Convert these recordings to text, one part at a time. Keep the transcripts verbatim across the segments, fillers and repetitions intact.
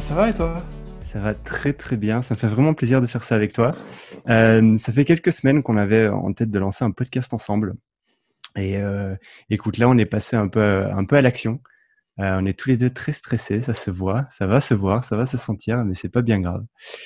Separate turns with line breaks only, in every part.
ça va et toi?
Ça va très très bien, ça me fait vraiment plaisir de faire ça avec toi. Euh, ça fait quelques semaines qu'on avait en tête de lancer un podcast ensemble. Et euh, écoute, là on est passé un peu, un peu à l'action. Euh, on est tous les deux très stressés, ça se voit, ça va se voir, ça va se sentir, mais c'est pas bien grave.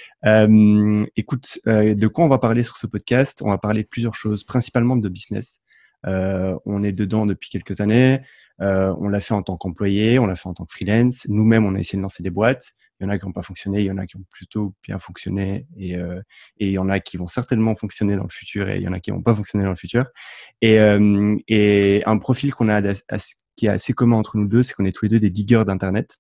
Euh, écoute, euh, de quoi on va parler sur ce podcast? On va parler de plusieurs choses, principalement de business. Euh, on est dedans depuis quelques années. Euh, on l'a fait en tant qu'employé, on l'a fait en tant que freelance. Nous-mêmes, on a essayé de lancer des boîtes. Il y en a qui n'ont pas fonctionné, il y en a qui ont plutôt bien fonctionné, et, euh, et il y en a qui vont certainement fonctionner dans le futur, et il y en a qui vont pas fonctionner dans le futur. Et, euh, et un profil qu'on a qui est assez commun entre nous deux, c'est qu'on est tous les deux des diggers d'internet.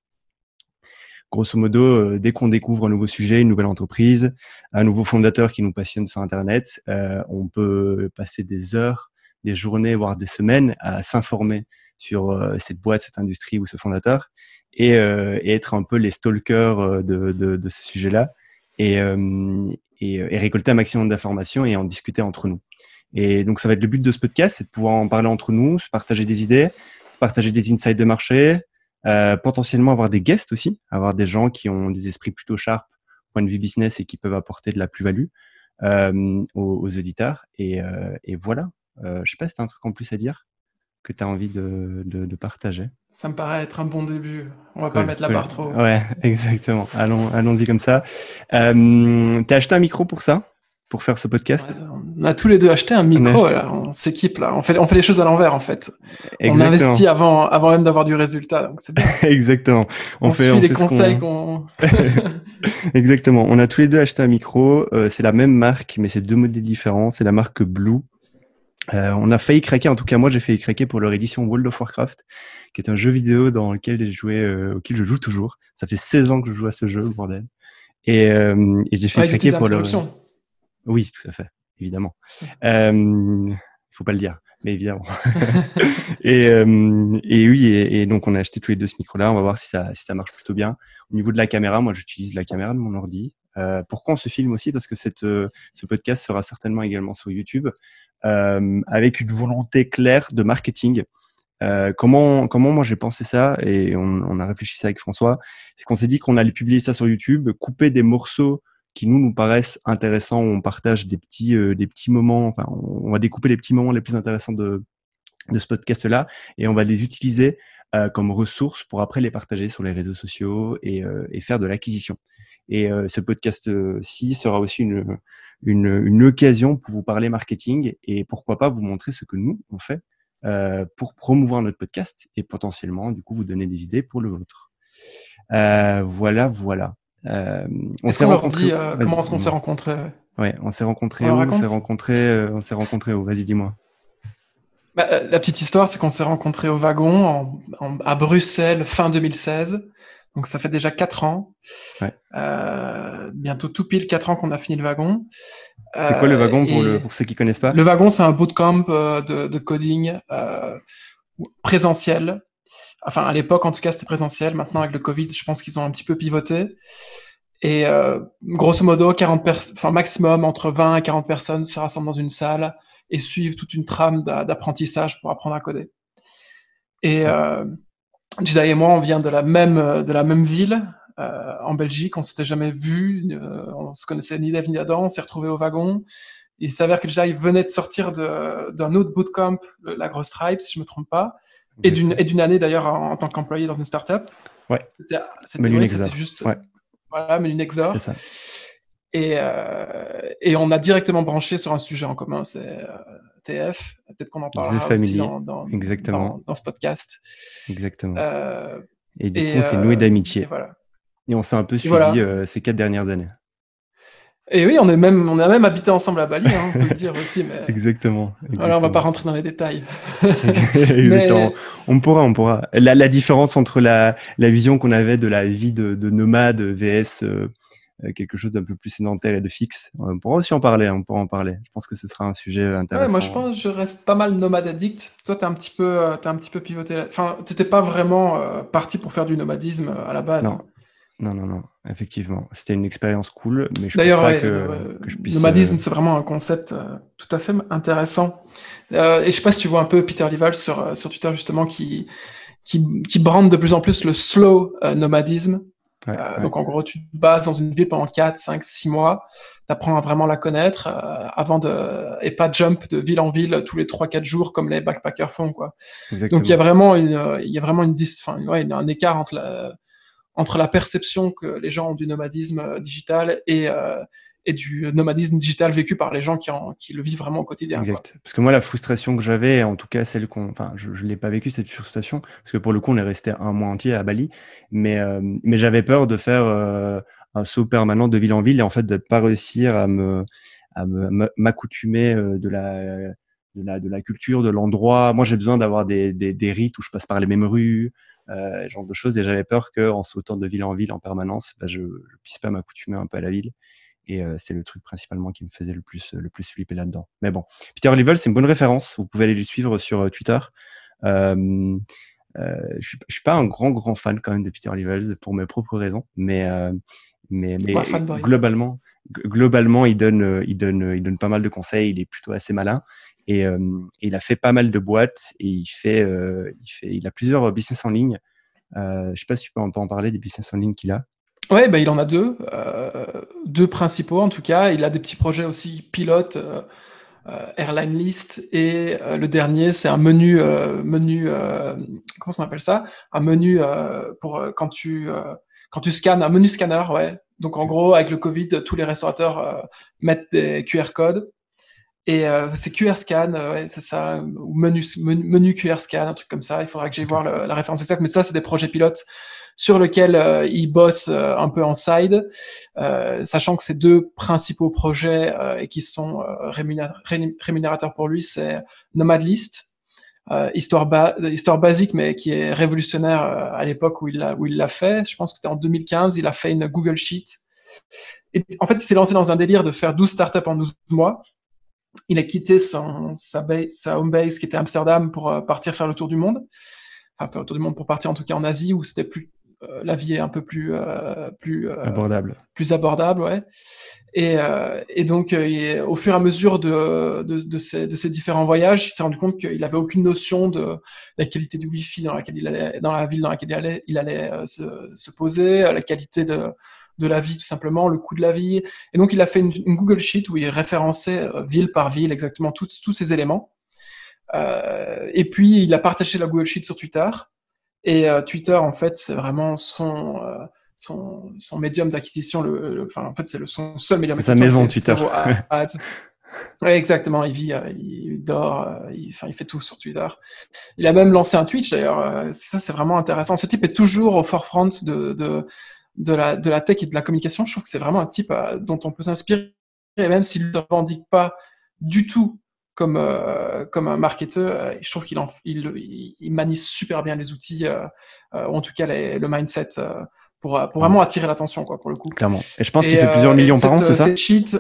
Grosso modo, euh, dès qu'on découvre un nouveau sujet, une nouvelle entreprise, un nouveau fondateur qui nous passionne sur Internet, euh, on peut passer des heures, des journées, voire des semaines à s'informer sur euh, cette boîte, cette industrie ou ce fondateur, et, euh, et être un peu les stalkers de, de, de ce sujet-là, et, euh, et, et récolter un maximum d'informations et en discuter entre nous. Et donc, ça va être le but de ce podcast, c'est de pouvoir en parler entre nous, se partager des idées, se partager des insights de marché, Euh, potentiellement avoir des guests aussi, avoir des gens qui ont des esprits plutôt sharp, point de vue business, et qui peuvent apporter de la plus-value euh, aux, aux auditeurs. Et, euh, et voilà. Euh, je sais pas si tu as un truc en plus à dire que tu as envie de, de, de partager.
Ça me paraît être un bon début. On va pas
Cool,
mettre la
cool.
barre trop haut.
Ouais, exactement. Allons, allons-y comme ça. Euh, tu as acheté un micro pour ça, pour faire ce podcast?
Ouais, on a tous les deux acheté un
On a
micro,
acheté...
là. On s'équipe là. On fait, on fait les choses à l'envers en fait. On
Exactement.
investit avant, avant même d'avoir du résultat, donc c'est bien.
Exactement. On,
On
fait,
suit
on
les
fait ce
conseils
qu'on...
qu'on.
Exactement. On a tous les deux acheté un micro. Euh, c'est la même marque, mais c'est deux modèles différents. C'est la marque Blue. Euh, on a failli craquer, en tout cas moi j'ai failli craquer pour leur édition World of Warcraft, qui est un jeu vidéo dans lequel j'ai joué, euh, auquel je joue toujours. Ça fait seize ans que je joue à ce jeu, bordel. Et, euh, et j'ai failli
Avec des
craquer
petites
pour leur...
introductions.
Oui, tout à fait, évidemment. Euh, faut pas le dire, mais évidemment. et, euh, et oui, et, et donc on a acheté tous les deux ce micro-là. On va voir si ça, si ça marche plutôt bien. Au niveau de la caméra, moi j'utilise la caméra de mon ordi. Euh, pourquoi on se filme aussi? Parce que cette, euh, ce podcast sera certainement également sur YouTube, euh, avec une volonté claire de marketing. Euh, comment, comment moi j'ai pensé ça, et on, on a réfléchi ça avec François, c'est qu'on s'est dit qu'on allait publier ça sur YouTube, couper des morceaux qui nous nous paraissent intéressants, où on partage des petits, euh, des petits moments, enfin on, on va découper les petits moments les plus intéressants de, de ce podcast-là, et on va les utiliser euh, comme ressources pour après les partager sur les réseaux sociaux et, euh, et faire de l'acquisition. Et euh, ce podcast-ci sera aussi une, une, une occasion pour vous parler marketing et pourquoi pas vous montrer ce que nous, on fait euh, pour promouvoir notre podcast et potentiellement, du coup, vous donner des idées pour le vôtre. Euh, voilà, voilà. Euh, on
Est-ce
s'est
qu'on leur
rencontrés
dit
où?
euh, comment
Vas-y,
est-ce qu'on s'est
dis-moi.
rencontrés?
Ouais, on s'est
On
rencontrés
leur
où? On s'est
raconte?
rencontrés, euh, on s'est rencontrés où? Vas-y, dis-moi.
Bah, euh, la petite histoire, c'est qu'on s'est rencontrés au Wagon en- en- à Bruxelles fin deux mille seize. Donc ça fait déjà quatre ans.
Ouais.
Euh, bientôt tout pile quatre ans qu'on a fini le Wagon.
C'est quoi le
Euh,
wagon pour, le,
et
pour ceux qui connaissent pas?
le Wagon, c'est un bootcamp euh, de, de coding euh, présentiel. Enfin, à l'époque, en tout cas, c'était présentiel. Maintenant, avec le Covid, je pense qu'ils ont un petit peu pivoté. Et euh, grosso modo, quarante pers- enfin, maximum entre vingt et quarante personnes se rassemblent dans une salle et suivent toute une trame d'a- d'apprentissage pour apprendre à coder. Et
Ouais.
euh, Jedi et moi, on vient de la même, de la même ville, euh, en Belgique. On s'était jamais vus, euh, on se connaissait ni d'Ève ni d'Adam. On s'est retrouvés au Wagon. Il s'avère que Jedi venait de sortir de- d'un autre bootcamp, le- la Grosse Stripe, si je me trompe pas, et d'une
Exactement.
et d'une année d'ailleurs en, en tant qu'employé dans une startup.
Ouais.
C'était, c'était,
Menu
ouais, c'était
Nexar.
juste,
Ouais,
voilà, mais une
c'était
Exor.
ça.
Et, euh, et on a directement branché sur un sujet en commun, c'est euh, T F. Peut-être qu'on en
The
parlera aussi
Family.
dans, dans, dans,
Exactement.
dans ce podcast.
Exactement.
Euh,
Et du coup,
et,
on s'est noué
euh, et
d'amitié.
voilà.
Et on s'est un peu
Et
suivi
voilà.
euh, ces quatre dernières années.
Et oui, on est même, on a même habité ensemble à Bali, hein, on peut le dire aussi, mais
Exactement.
voilà, on va pas
Exactement.
rentrer dans les détails.
Exactement.
Mais
On pourra, on pourra. La, la différence entre la, la vision qu'on avait de la vie de, de nomade V S euh, euh, quelque chose d'un peu plus sédentaire et de fixe, on pourra aussi en parler. On pourra en parler. Je pense que ce sera un sujet
ouais, moi je
intéressant.
pense que je reste pas mal nomade addict. Toi, t'es un petit peu, euh, t'as un petit peu pivoté. là- Enfin, t'étais pas vraiment euh, parti pour faire du nomadisme euh, à la base,
Non,
hein.
non, non, non. Effectivement, c'était une expérience cool, mais je pense
D'ailleurs,
pas
ouais, le
que,
no-
que je puisse. euh,
nomadisme, c'est vraiment un concept euh, tout à fait intéressant. Euh, et je sais pas si tu vois un peu Peter Lival sur, euh, sur Twitter, justement, qui, qui, qui brande de plus en plus le slow euh, nomadisme.
Ouais,
Euh,
ouais.
donc en gros, tu te bases dans une ville pendant quatre, cinq, six mois, tu apprends à vraiment la connaître euh, avant de et pas jump de ville en ville tous les trois, quatre jours comme les backpackers font quoi. Donc il y a
Exactement.
vraiment une il y a vraiment une dis- enfin ouais, un écart entre la entre la perception que les gens ont du nomadisme euh, digital et euh, et du nomadisme digital vécu par les gens qui en qui le vivent vraiment au quotidien quoi.
Exact. Parce que moi, la frustration que j'avais, en tout cas celle qu'on, enfin, je, je l'ai pas vécu cette frustration, parce que pour le coup, on est resté un mois entier à Bali, mais euh, mais j'avais peur de faire euh, un saut permanent de ville en ville et en fait de pas réussir à me à me- m'a- m'accoutumer euh, de la de la de la culture, de l'endroit. Moi, j'ai besoin d'avoir des, des des rites où je passe par les mêmes rues, euh, ce genre de choses, et j'avais peur que en sautant de ville en ville en permanence, bah, je je puisse pas m'accoutumer un peu à la ville. Et euh, c'est le truc principalement qui me faisait le plus, le plus flipper là-dedans. Mais bon, Peter Oliver, c'est une bonne référence. Vous pouvez aller le suivre sur euh, Twitter. Euh, euh, je suis, je suis pas un grand, grand fan quand même de Peter Oliver pour mes propres raisons, mais, euh, mais,
Ouais,
mais
fanboy.
globalement, g- globalement, il donne, euh, il donne, euh, il donne pas mal de conseils. Il est plutôt assez malin et, euh, et il a fait pas mal de boîtes et il fait, euh, il fait, il a plusieurs business en ligne. Euh, je sais pas si tu peux, on peut en parler des business en ligne qu'il a.
Ouais, bah, il en a deux, euh, deux principaux en tout cas. Il a des petits projets aussi pilotes, euh, euh, Airline List, et euh, le dernier, c'est un menu, euh, menu, euh, comment on appelle ça? Un menu euh, pour euh, quand tu euh, quand tu scannes, un menu scanner, ouais. Donc en gros, avec le Covid, tous les restaurateurs euh, mettent des Q R codes. Et euh, c'est Q R scan, euh, ouais, c'est ça, ou menu, menu, menu Q R scan, un truc comme ça. Il faudra que j'aille
Ok.
voir le- la référence exacte, mais ça, c'est des projets pilotes sur lesquels euh, ils bossent euh, un peu en side, euh, sachant que ces deux principaux projets euh, et qui sont euh, rémunéra- ré- rémunérateurs pour lui, c'est Nomad List, euh, histoire, ba- histoire basique, mais qui est révolutionnaire euh, à l'époque où il l'a où il l'a fait. Je pense que c'était en deux mille quinze. Il a fait une Google Sheet. Et en fait, il s'est lancé dans un délire de faire douze startups en douze mois. Il a quitté son, sa, base, sa home base qui était Amsterdam pour euh, partir faire le tour du monde. Enfin, faire le tour du monde pour partir en tout cas en Asie où c'était plus, euh, la vie est un peu plus, euh, plus, euh,
Abordable.
plus abordable, ouais. Et, euh, et donc, euh, il, au fur et à mesure de, de, de, ces, de ces différents voyages, il s'est rendu compte qu'il avait aucune notion de la qualité du Wi-Fi dans laquelle il allait, dans la ville dans laquelle il allait, il allait euh, se, se poser, la qualité de, de la vie tout simplement, le coût de la vie. Et donc, il a fait une, une Google Sheet où il référençait euh, ville par ville exactement tous, tous ces éléments. Euh, et puis, il a partagé la Google Sheet sur Twitter. Et euh, Twitter, en fait, c'est vraiment son, euh, son, son médium d'acquisition. Le, le, enfin, en fait, c'est le, son seul médium
C'est sa
d'acquisition. Il
maison,
fait
Twitter.
zéro ads. Ouais, exactement. Il vit, euh, il dort, euh, il, enfin, il fait tout sur Twitter. Il a même lancé un Twitch, d'ailleurs. Euh, ça, c'est vraiment intéressant. Ce type est toujours au forefront de, de, de, la, de la tech et de la communication. Je trouve que c'est vraiment un type euh, dont on peut s'inspirer, et même s'il ne se revendique pas du tout comme, euh, comme un marketeur, euh, je trouve qu'il en, il, il, il manie super bien les outils, euh, euh, ou en tout cas les, le mindset, euh, pour, pour vraiment
Clairement.
attirer l'attention, quoi, pour le coup.
Clairement. Et je pense qu'il
Et,
fait plusieurs
euh, et
millions par an,
cette,
c'est
cette
ça?
sheet,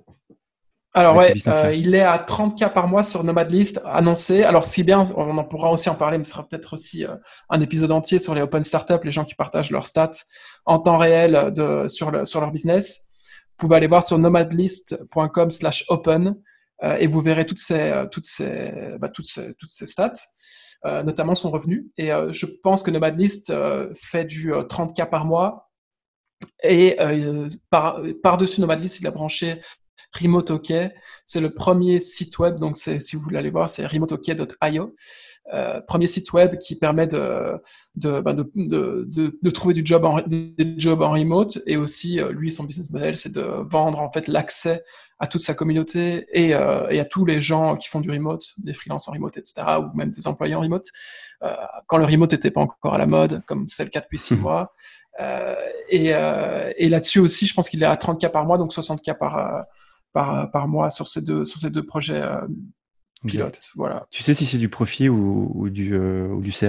alors
Avec ses
ouais,
business-là.
euh, il est à trente K par mois sur Nomad List annoncé. Alors si bien, on en pourra aussi en parler, mais ce sera peut-être aussi euh, un épisode entier sur les open startups, les gens qui partagent leurs stats en temps réel de, sur, le, sur leur business. Vous pouvez aller voir sur nomadlist point com slash open euh, et vous verrez toutes ces, euh, toutes ces, bah, toutes ces, toutes ces stats, euh, notamment son revenu. Et euh, je pense que Nomadlist euh, fait du euh, trente K par mois. Et euh, par, par-dessus Nomadlist, il a branché Remote OK. C'est le premier site web, donc c'est, si vous voulez aller voir, c'est remote ok point i o. Euh, premier site web qui permet de, de, bah, de, de, de, de trouver du job en, des jobs en remote. Et aussi, euh, lui, son business model, c'est de vendre en fait l'accès à toute sa communauté et, euh, et à tous les gens qui font du remote, des freelances en remote, et cetera, ou même des employés en remote, euh, quand le remote n'était pas encore à la mode, comme c'est le cas depuis six mois. Euh, et, euh, et là-dessus aussi, je pense qu'il est à trente K par mois, donc soixante K par, euh, par, par mois sur ces deux, sur ces deux projets euh,
Exact.
pilotes. Voilà.
Tu sais si c'est du profit ou, ou du, euh, ou du C A?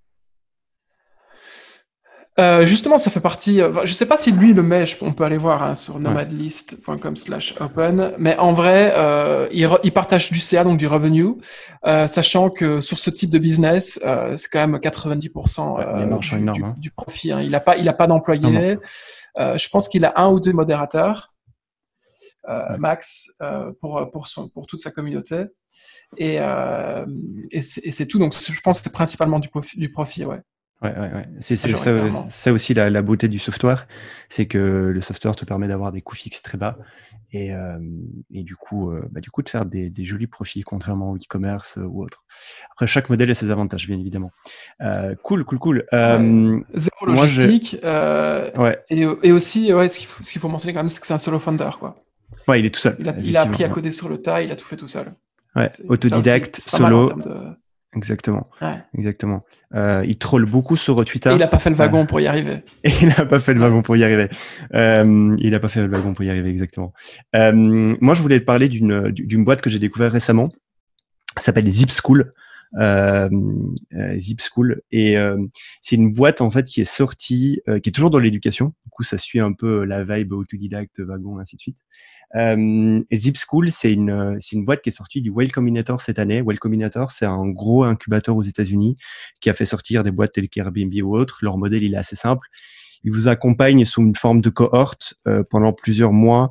Euh, justement, ça fait partie. Euh, je sais pas si lui le met. Je, on peut aller voir hein, sur
Ouais.
nomadlist point com slash open. Mais en vrai, euh, il, re, il partage du C A, donc du revenue, euh, sachant que sur ce type de business, euh, c'est quand même quatre-vingt-dix pour cent
Ouais, les
euh,
marges sont
du,
énormes,
du,
hein.
du profit. Hein. Il a pas, il a pas
Clairement.
d'employés. Euh, je pense qu'il a un ou deux modérateurs euh,
Ouais.
max euh, pour pour son pour toute sa communauté. Et, euh, et c'est tout. Donc je pense que c'est principalement du profit, du profit, ouais.
Ouais, ouais, ouais. C'est, c'est ça,
majoritairement.
ça aussi la, la beauté du software, c'est que le software te permet d'avoir des coûts fixes très bas et, euh, et du coup, euh, bah, du coup de faire des, des jolis profits, contrairement au e-commerce euh, ou autre. Après, chaque modèle a ses avantages, bien évidemment. Euh, cool, cool, cool.
Ouais,
Euh,
zéro
moi, je,
logistique. Euh,
ouais,
et, et aussi, ouais, ce qu'il faut, ce qu'il faut mentionner quand même, c'est que c'est un solo founder, quoi.
ouais, il est tout seul,
Il a, il a
effectivement.
appris à
Ouais,
coder sur le tas, il a tout fait tout seul.
ouais.
C'est ça aussi,
Autodidacte,
c'est pas mal en
solo,
termes de...
exactement,
Ouais.
exactement. Euh, il troll beaucoup sur
Et
Twitter.
il a pas fait le
Euh,
wagon pour y arriver.
Et il n'a pas fait le
Ouais.
wagon pour y arriver. Euh, il n'a pas fait le wagon pour y arriver, exactement. Euh, moi, je voulais te parler d'une d'une boîte que j'ai découvert récemment. Ça s'appelle Zip School. Euh, euh, Zip School. Et euh, c'est une boîte, en fait, qui est sortie, euh, qui est toujours dans l'éducation. Du coup, ça suit un peu la vibe autodidacte, wagon, ainsi de suite. Euh, et Zip School, c'est une, c'est une boîte qui est sortie du Well Combinator cette année. Well Combinator, c'est un gros incubateur aux États-Unis qui a fait sortir des boîtes telles qu'Airbnb ou autres. Leur modèle, il est assez simple. Il vous accompagne sous une forme de cohorte euh, pendant plusieurs mois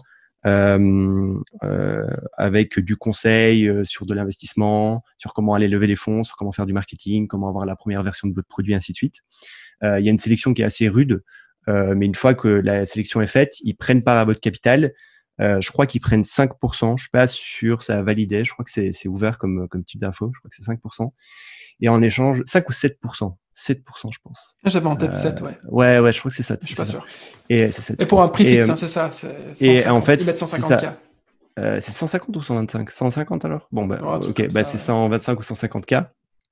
euh, euh, avec du conseil euh, sur de l'investissement, sur comment aller lever les fonds, sur comment faire du marketing, comment avoir la première version de votre produit, ainsi de suite. Euh, il y a une sélection qui est assez rude, euh, mais une fois que la sélection est faite, ils prennent part à votre capital. Euh, je crois qu'ils prennent cinq pour cent. Je suis pas sûr, ça a validé. Je crois que c'est, c'est ouvert comme, comme type d'info. Je crois que c'est cinq pour cent. Et en échange, cinq ou sept pour cent. sept pour cent, je pense.
J'avais en tête
Euh,
sept, ouais.
ouais, ouais, je crois que c'est ça.
Je suis
C'est
pas
ça.
sûr.
Et c'est sept,
Et
je
pour un
pense.
prix
Et,
fixe,
euh,
hein, c'est ça. C'est
et en
cent cinquante. Ils
fait,
mettent
c'est
cent cinquante K.
ça. Euh, c'est cent cinquante ou cent vingt-cinq? cent cinquante alors? Bon, bah,
Oh, un truc
ok,
comme
bah,
ça,
c'est
ouais.
cent vingt-cinq ou cent cinquante K.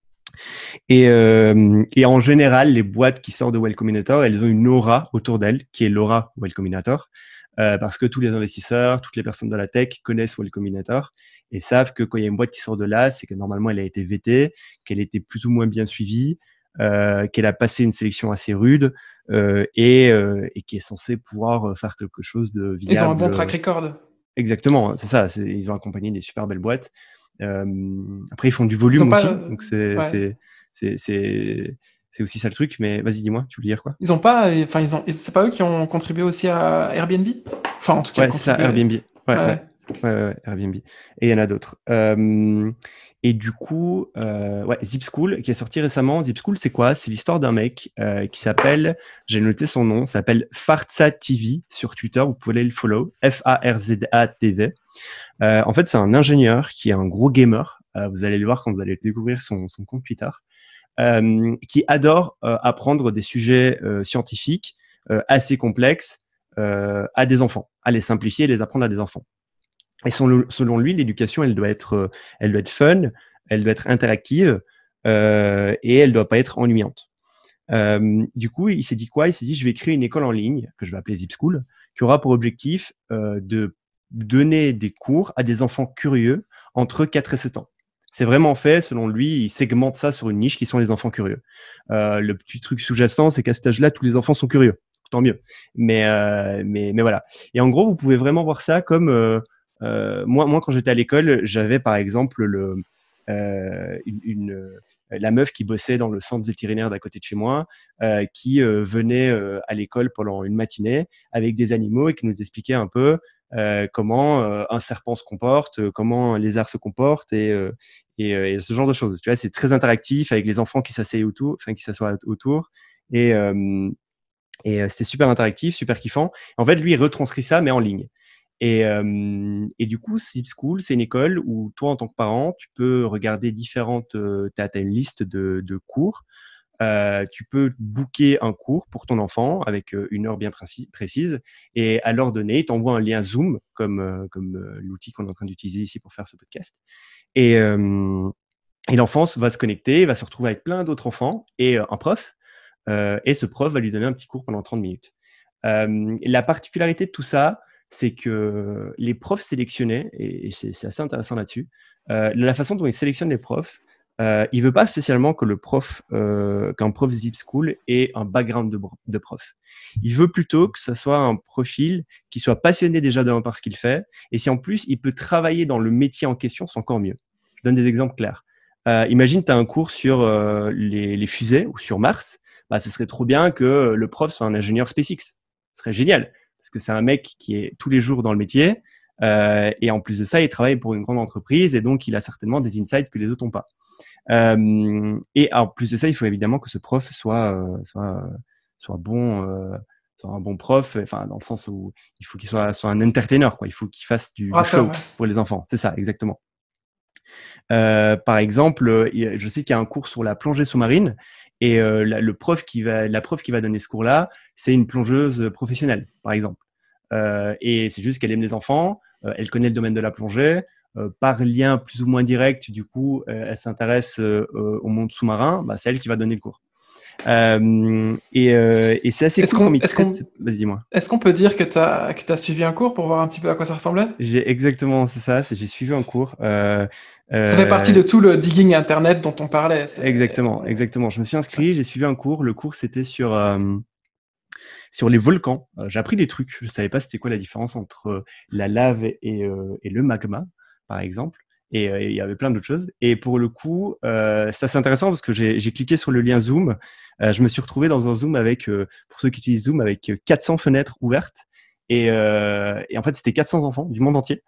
Et, euh, et en général, les boîtes qui sortent de Well Combinator, elles ont une aura autour d'elles, qui est l'aura Well Combinator, euh, parce que tous les investisseurs, toutes les personnes de la tech connaissent Well Combinator et savent que quand il y a une boîte qui sort de là, c'est que normalement, elle a été vétée, qu'elle était plus ou moins bien suivie, euh, qu'elle a passé une sélection assez rude euh, et, euh, et qui est censée pouvoir faire quelque chose de
Ils ont un
viable.
bon track record.
Exactement, c'est ça. C'est, ils ont accompagné des super belles boîtes. Euh, après, ils font du
Ils ont
volume
pas...
aussi,
euh,
donc c'est
Ouais.
c'est c'est c'est c'est aussi ça le truc. Mais vas-y, dis-moi, tu voulais dire quoi?
Ils ont pas... Enfin, ils ont... C'est pas eux qui ont contribué aussi à Airbnb? Enfin, en tout cas,
Ouais, c'est ça,
contribué...
Airbnb. Ouais, ouais,
Ouais.
ouais, ouais, ouais, Airbnb. Et il y en a d'autres. Euh, et du coup, euh, ouais, Zip School qui est sorti récemment. Zip School, c'est quoi? C'est l'histoire d'un mec euh, qui s'appelle, j'ai noté son nom, s'appelle Farza T V sur Twitter. Vous pouvez aller le follow, F A R Z A T V. Euh, en fait, c'est un ingénieur qui est un gros gamer. Euh, vous allez le voir quand vous allez découvrir son, son compte Twitter, euh, qui adore euh, apprendre des sujets euh, scientifiques euh, assez complexes euh, à des enfants, à les simplifier et les apprendre à des enfants. Et son, selon lui, l'éducation, elle doit être, euh, elle doit être fun, elle doit être interactive euh, et elle doit pas être ennuyante. Euh, du coup, il s'est dit quoi? Il s'est dit, je vais créer une école en ligne que je vais appeler Zip School, qui aura pour objectif euh, de donner des cours à des enfants curieux entre quatre et sept ans. C'est vraiment fait, selon lui, il segmente ça sur une niche qui sont les enfants curieux. Euh, le petit truc sous-jacent, c'est qu'à cet âge-là, tous les enfants sont curieux. Tant mieux. Mais, euh, mais, mais voilà. Et en gros, vous pouvez vraiment voir ça comme euh, euh, moi, moi, quand j'étais à l'école, j'avais par exemple le, euh, une, une la meuf qui bossait dans le centre vétérinaire d'à côté de chez moi, euh, qui euh, venait euh, à l'école pendant une matinée avec des animaux et qui nous expliquait un peu euh, comment euh, un serpent se comporte, euh, comment un lézard se comporte et, euh, et, euh, et ce genre de choses. Tu vois, c'est très interactif avec les enfants qui s'asseyent autour, enfin qui s'assoient autour et euh, et euh, c'était super interactif, super kiffant. En fait, lui, il retranscrit ça, mais en ligne. Et, euh, et du coup, Zip School, c'est une école où toi, en tant que parent, tu peux regarder différentes... Euh, tu as une liste de, de cours. Euh, tu peux booker un cours pour ton enfant avec euh, une heure bien précise, précise et à l'heure donnée, il t'envoie un lien Zoom, comme, euh, comme euh, l'outil qu'on est en train d'utiliser ici pour faire ce podcast. Et, euh, et l'enfant va se connecter, va se retrouver avec plein d'autres enfants et euh, un prof. Euh, et ce prof va lui donner un petit cours pendant trente minutes. Euh, la particularité de tout ça, c'est que les profs sélectionnés, et c'est, c'est assez intéressant là-dessus, euh, la façon dont ils sélectionnent les profs, euh, il veut pas spécialement que le prof, euh, qu'un prof Zip School ait un background de, de prof. Il veut plutôt que ça soit un profil qui soit passionné déjà d'un par ce qu'il fait, et si en plus il peut travailler dans le métier en question, c'est encore mieux. Je donne des exemples clairs. Euh, imagine, tu as un cours sur euh, les, les fusées ou sur Mars. Bah, ce serait trop bien que le prof soit un ingénieur SpaceX. Ce serait génial, parce que c'est un mec qui est tous les jours dans le métier, euh, et en plus de ça, il travaille pour une grande entreprise, et donc il a certainement des insights que les autres n'ont pas. Euh, et en plus de ça, il faut évidemment que ce prof soit, euh, soit, soit bon, euh, soit un bon prof, enfin, dans le sens où il faut qu'il soit, soit un entertainer, quoi. Il faut qu'il fasse du, du
Orateur,
show
ouais.
pour les enfants. C'est ça, exactement. Euh, par exemple, je sais qu'il y a un cours sur la plongée sous-marine et euh, la, le prof qui va, la prof qui va donner ce cours-là, c'est une plongeuse professionnelle, par exemple. Euh, et c'est juste qu'elle aime les enfants, euh, elle connaît le domaine de la plongée, euh, par lien plus ou moins direct, du coup, euh, elle s'intéresse euh, au monde sous-marin, bah, c'est elle qui va donner le cours. Euh, et, euh, et c'est assez
Est-ce
cool comme
qu'on
il
est-ce
traite.
qu'on
Vas-y, dis-moi.
est-ce qu'on peut dire que tu as que tu as suivi un cours pour voir un petit peu à quoi ça ressemblait?
J'ai exactement, c'est ça, c'est j'ai suivi un cours. Euh,
Ça fait partie
euh,
de tout le digging internet dont on parlait. C'est
exactement,
on est
exactement. Je me suis
ouais.
inscrit, j'ai suivi un cours. Le cours, c'était sur, euh, sur les volcans. Euh, j'ai appris des trucs. Je savais pas c'était quoi la différence entre euh, la lave et, euh, et le magma, par exemple. Et euh, il y avait plein d'autres choses. Et pour le coup, euh, c'est assez intéressant parce que j'ai j'ai cliqué sur le lien Zoom. Euh, je me suis retrouvé dans un Zoom avec, euh, pour ceux qui utilisent Zoom, avec quatre cents fenêtres ouvertes. Et, euh, et en fait, c'était quatre cents enfants du monde entier.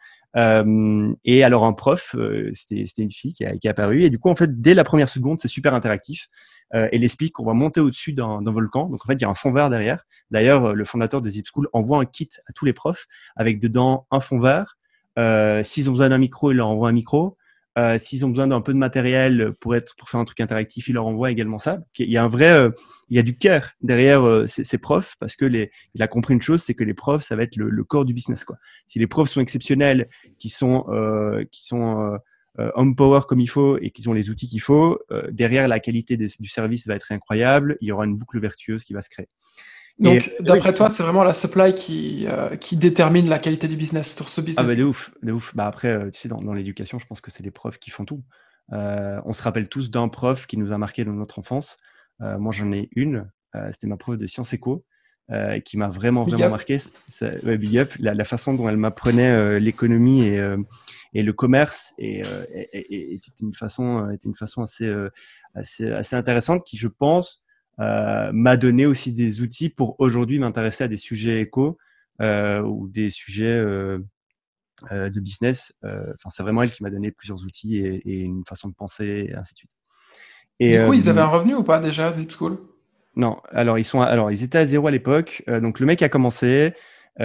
Euh, et alors un prof, euh, c'était c'était une fille qui, a, qui est apparue. Et du coup, en fait, dès la première seconde, c'est super interactif. Euh, elle explique qu'on va monter au-dessus d'un d'un volcan. Donc en fait, il y a un fond vert derrière. D'ailleurs, le fondateur de Zip School envoie un kit à tous les profs avec dedans un fond vert. Euh, s'ils ont besoin d'un micro, il leur envoie un micro. Euh, s'ils ont besoin d'un peu de matériel pour être pour faire un truc interactif, il leur envoie également ça. Il y a un vrai, euh, il y a du cœur derrière euh, ces, ces profs parce que les, il a compris une chose, c'est que les profs, ça va être le, le corps du business, quoi. Si les profs sont exceptionnels, qui sont euh, qui sont euh, euh, on power comme il faut et qu'ils ont les outils qu'il faut, euh, derrière la qualité des, du service va être incroyable. Il y aura une boucle vertueuse qui va se créer. Et
Donc,
euh, oui,
d'après toi, c'est vraiment la supply qui, euh, qui détermine la qualité du business sur ce
ah bah de
business-là.
ouf, de ouf. Bah après, euh, tu sais, dans, dans l'éducation, je pense que c'est les profs qui font tout. Euh, on se rappelle tous d'un prof qui nous a marqué dans notre enfance. Euh, moi, j'en ai une. Euh, c'était ma prof de sciences éco euh, qui m'a vraiment,
Big
vraiment
up.
marqué. C'est- ouais, big up. La, la façon dont elle m'apprenait euh, l'économie et, euh, et le commerce et, euh, et, et- et était une façon, euh, était une façon assez, euh, assez, assez intéressante qui, je pense, euh, m'a donné aussi des outils pour aujourd'hui m'intéresser à des sujets éco euh, ou des sujets euh, euh, de business. Euh, Enfin, c'est vraiment elle qui m'a donné plusieurs outils et, et une façon de penser, et ainsi de suite. Et
Du coup, ils avaient
euh,
un revenu ou pas déjà, Zip School?
non, alors ils sont, à- alors ils étaient à zéro à l'époque. Euh, donc le mec a commencé.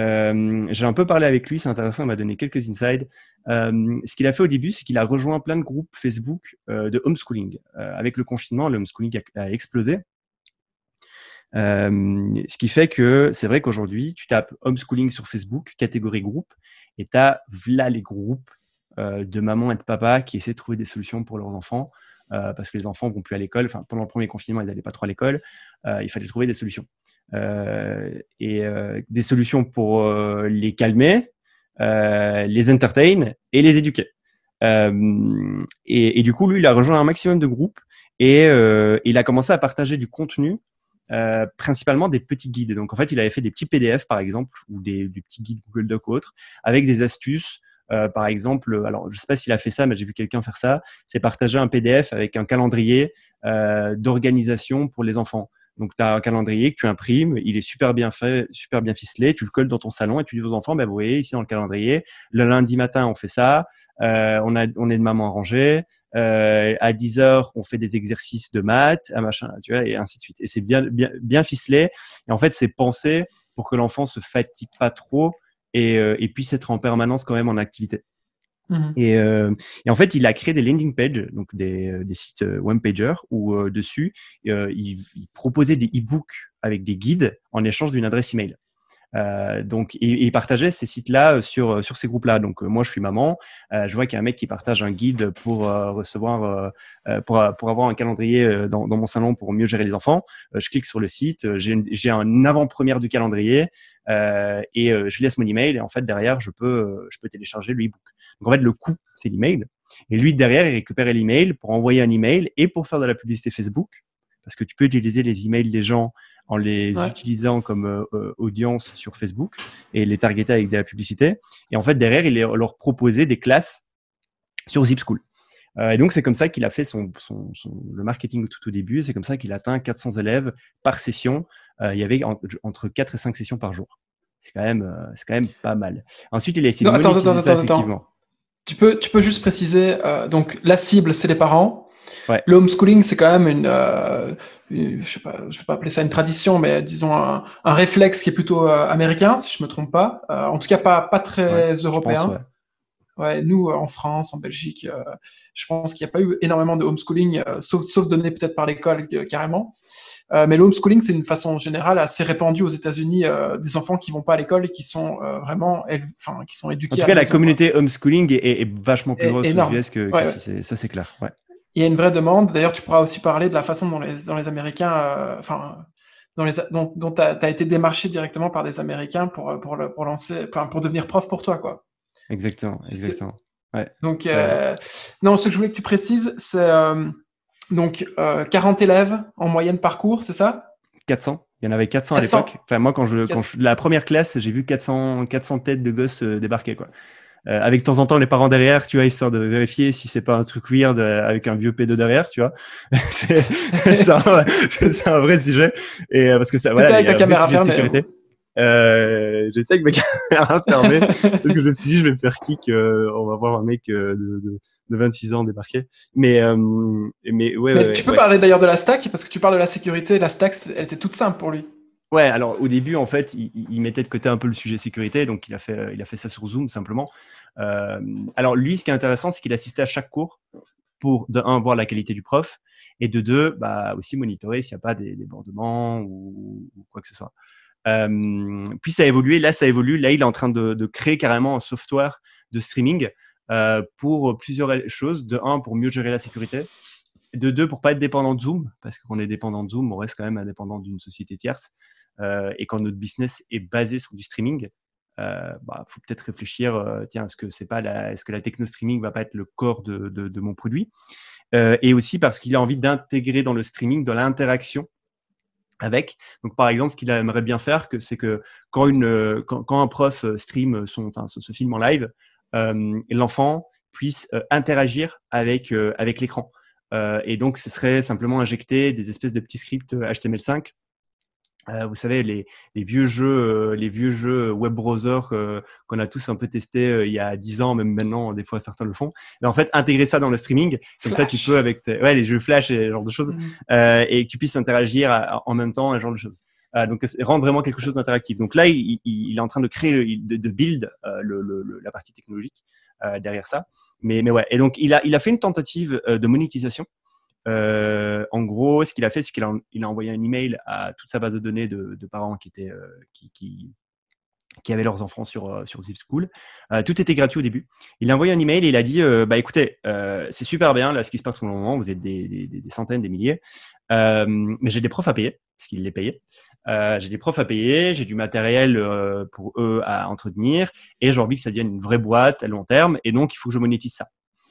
Euh, j'ai un peu parlé avec lui, c'est intéressant, il m'a donné quelques insides. Euh, ce qu'il a fait au début, c'est qu'il a rejoint plein de groupes Facebook euh, de homeschooling. Euh, avec le confinement, le homeschooling a, a explosé. Euh, ce qui fait que c'est vrai qu'aujourd'hui, tu tapes homeschooling sur Facebook, catégorie groupe, et tu as là les groupes euh, de maman et de papa qui essaient de trouver des solutions pour leurs enfants, euh, parce que les enfants vont plus à l'école. Enfin, pendant le premier confinement, ils n'allaient pas trop à l'école. Euh, il fallait trouver des solutions. Euh, et euh, des solutions pour euh, les calmer, euh, les entertain et les éduquer. Euh, et, et du coup, lui, il a rejoint un maximum de groupes et euh, il a commencé à partager du contenu euh, principalement des petits guides. Donc, en fait, il avait fait des petits P D F, par exemple, ou des, des petits guides Google Doc ou autres, avec des astuces. Euh, par exemple, alors, je sais pas s'il a fait ça, mais j'ai vu quelqu'un faire ça. C'est partager un P D F avec un calendrier euh, d'organisation pour les enfants. Donc, tu as un calendrier que tu imprimes, il est super bien fait, super bien ficelé, tu le colles dans ton salon et tu dis aux enfants, ben, vous voyez, ici dans le calendrier, le lundi matin, on fait ça, euh, on, a, on est de maman rangée, euh, à dix heures, on fait des exercices de maths, à machin, tu vois, et ainsi de suite. Et c'est bien, bien, bien ficelé. Et en fait, c'est pensé pour que l'enfant se fatigue pas trop et, euh, et puisse être en permanence quand même en activité.
Mhm.
Et, euh, et en fait, il a créé des landing pages, donc des, euh, des sites euh, one-pager, où euh, dessus, euh, il, il proposait des e-books avec des guides en échange d'une adresse email. Euh, donc, et, et il partageait ces sites-là sur sur ces groupes-là. Donc, euh, moi, je suis maman. Euh, je vois qu'il y a un mec qui partage un guide pour euh, recevoir, euh, euh, pour pour avoir un calendrier euh, dans, dans mon salon pour mieux gérer les enfants. Euh, je clique sur le site, euh, j'ai une- j'ai un avant-première du calendrier euh, et euh, je laisse mon email. Et en fait, derrière, je peux euh, je peux télécharger le e-book. Donc, en fait, le coût, c'est l'email. Et lui, derrière, il récupérait l'email pour envoyer un email et pour faire de la publicité Facebook, parce que tu peux utiliser les emails des gens en les
Ouais.
utilisant comme euh, audience sur Facebook et les targeter avec de la publicité. Et en fait, derrière, il leur proposait des classes sur Zip School. Euh, et donc, c'est comme ça qu'il a fait son, son, son, le marketing tout au début. C'est comme ça qu'il a atteint quatre cents élèves par session. Euh, il y avait en, entre quatre et cinq sessions par jour. C'est quand même, euh, c'est quand même pas mal. Ensuite, il a essayé
Non,
de
attends, attends,
monétiser ça
attends, attends.
effectivement.
Tu peux, tu peux juste préciser, euh, donc la cible, c'est les parents.
Ouais.
Le homeschooling, c'est quand même une, euh, une- je sais pas, je vais pas appeler ça une tradition, mais disons un, un réflexe qui est plutôt euh, américain, si je me trompe pas. Euh, en tout cas, pas pas
Ouais.
très
Je pense, ouais.
européen. Ouais, nous, euh, en France, en Belgique, euh, je pense qu'il n'y a pas eu énormément de homeschooling, euh, sauf, sauf donné peut-être par l'école euh, carrément. Euh, mais le homeschooling, c'est une façon générale assez répandue aux États-Unis, euh, des enfants qui vont pas à l'école et qui sont euh, vraiment, éle- enfin, qui sont
En
éduqués
tout
à
cas,
la
la
maison, quoi.
communauté homeschooling est, est- est vachement plus
Et,
grosse aux
énorme.
U S que-
Ouais,
qu'ici,
ouais.
c'est- ça c'est clair. Ouais.
Il y a une vraie demande. D'ailleurs, tu pourras aussi parler de la façon dont les, dont les Américains, euh, enfin, dont les, dont, dont t'as, t'as été démarché directement par des Américains pour, euh, pour, le- pour lancer, enfin, pour devenir prof pour toi, quoi.
Exactement,
Je sais.
exactement. Ouais.
Donc,
Ouais.
euh, non, ce que je voulais que tu précises, c'est euh, donc euh, quarante élèves en moyenne par cours, c'est ça?
quatre cents. Il y en avait quatre cents à
quatre cents.
l'époque. Enfin, moi, quand je, quand
quatre-
je, la première classe, j'ai vu quatre cents, quatre cents têtes de gosses euh, débarquer, quoi. Euh, avec de temps en temps les parents derrière, tu vois, histoire de vérifier si c'est pas un truc weird euh, avec un vieux pédo derrière, tu vois. c'est, c'est, un, c'est un vrai sujet. Et euh, parce que ça,
T'étais
voilà, il
avec
y a
ta
un vrai
caméra
sujet de
fermée,
sécurité.
ou?
Euh, j'étais avec ma caméra fermée parce que je me suis dit, je vais me faire kick. Euh, on va voir un mec euh, de, de, de vingt-six ans débarquer. Mais, euh, mais ouais, ouais,
Mais tu
ouais,
peux
ouais.
parler d'ailleurs de la stack, parce que tu parles de la sécurité. La stack, elle était toute simple pour lui.
Ouais, alors au début, en fait, il, il mettait de côté un peu le sujet sécurité, donc il a fait, il a fait ça sur Zoom simplement. Euh, alors lui, ce qui est intéressant, c'est qu'il assistait à chaque cours pour, de un, voir la qualité du prof, et de deux, bah, aussi monitorer s'il n'y a pas des débordements ou, ou quoi que ce soit. Euh, puis ça a évolué, là ça évolue, là il est en train de, de créer carrément un software de streaming euh, pour plusieurs choses. De un, pour mieux gérer la sécurité. De deux, pour pas être dépendant de Zoom, parce qu'on est dépendant de Zoom, on reste quand même indépendant d'une société tierce. Euh, et quand notre business est basé sur du streaming, euh, bah, faut peut-être réfléchir, euh, tiens, est-ce que c'est pas la, est-ce que la techno streaming va pas être le corps de, de, de mon produit? Euh, et aussi parce qu'il a envie d'intégrer dans le streaming, dans l'interaction avec. Donc, par exemple, ce qu'il aimerait bien faire, que, c'est que quand, une, quand, quand un prof stream son, enfin, se, se filme en live, euh, l'enfant puisse euh, interagir avec, euh, avec l'écran. Euh, et donc, ce serait simplement injecter des espèces de petits scripts H T M L cinq. Euh, vous savez, les, les vieux jeux, euh, les vieux jeux web browser euh, qu'on a tous un peu testés euh, il y a dix ans, même maintenant, des fois certains le font. Mais en fait, intégrer ça dans le streaming, comme ça, tu peux
Flash.
avec tes, ouais, les jeux Flash et ce genre de choses,
Mhm.
euh, et que tu puisses interagir à- en même temps, et ce genre de choses. Euh, donc, rendre vraiment quelque chose d'interactif. Donc là, il, il, il est en train de créer, de, de build euh, le, le, le, la partie technologique euh, derrière ça. Mais, mais ouais. Et donc, il a, il a fait une tentative euh, de monétisation. Euh, en gros, ce qu'il a fait, c'est qu'il a, il a envoyé un email à toute sa base de données de, de parents qui étaient euh, qui, qui, qui avaient leurs enfants sur euh, sur Zip School. Euh, tout était gratuit au début. Il a envoyé un email et il a dit euh, bah écoutez, euh, c'est super bien là ce qui se passe pour le moment. Vous êtes des, des, des centaines, des milliers, euh, mais j'ai des profs à payer parce qu'il les payait. Euh, j'ai des profs à payer, j'ai du matériel euh, pour eux à entretenir et j'ai envie que ça devienne une vraie boîte à long terme et donc il faut que je monétise ça.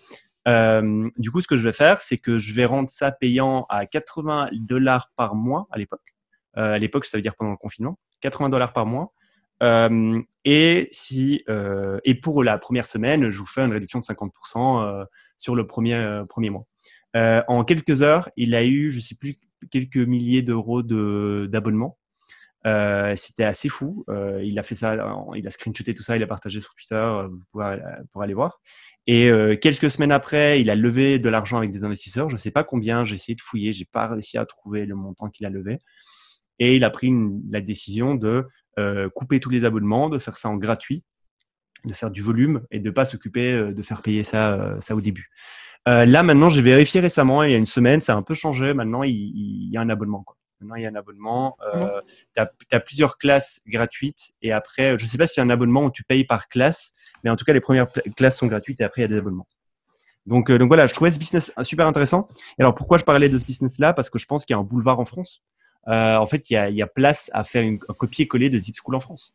Euh, du coup, ce que je vais faire, c'est que je vais rendre ça payant à quatre-vingts dollars par mois à l'époque. Euh, à l'époque, ça veut dire pendant le confinement, quatre-vingts dollars par mois. Euh, et si euh, et pour la première semaine, je vous fais une réduction de cinquante pour cent euh, sur le premier euh, premier mois. Euh, en quelques heures, il a eu, je sais plus, quelques milliers d'euros de d'abonnement. Euh, c'était assez fou. Euh, il a fait ça, il a screenshoté tout ça, il a partagé sur Twitter, euh, vous pourrez, pour aller voir. Et euh, quelques semaines après, il a levé de l'argent avec des investisseurs. Je ne sais pas combien, j'ai essayé de fouiller, j'ai pas réussi à trouver le montant qu'il a levé. Et il a pris une, la décision de euh, couper tous les abonnements, de faire ça en gratuit, de faire du volume et de pas s'occuper euh, de faire payer ça, euh, ça au début. Euh, là, maintenant, j'ai vérifié récemment, il y a une semaine, ça a un peu changé. Maintenant, il, il y a un abonnement, quoi. Maintenant, il y a un abonnement.
Ah bon?
Euh, tu as plusieurs classes gratuites et après, je ne sais pas s'il y a un abonnement où tu payes par classe, mais en tout cas, les premières classes sont gratuites et après, il y a des abonnements. Donc, euh, donc voilà, je trouvais ce business super intéressant. Et alors, pourquoi je parlais de ce business-là? Parce que je pense qu'il y a un boulevard en France. Euh, en fait, il y a, il y a place à faire une, un copier-coller de Zip School en France.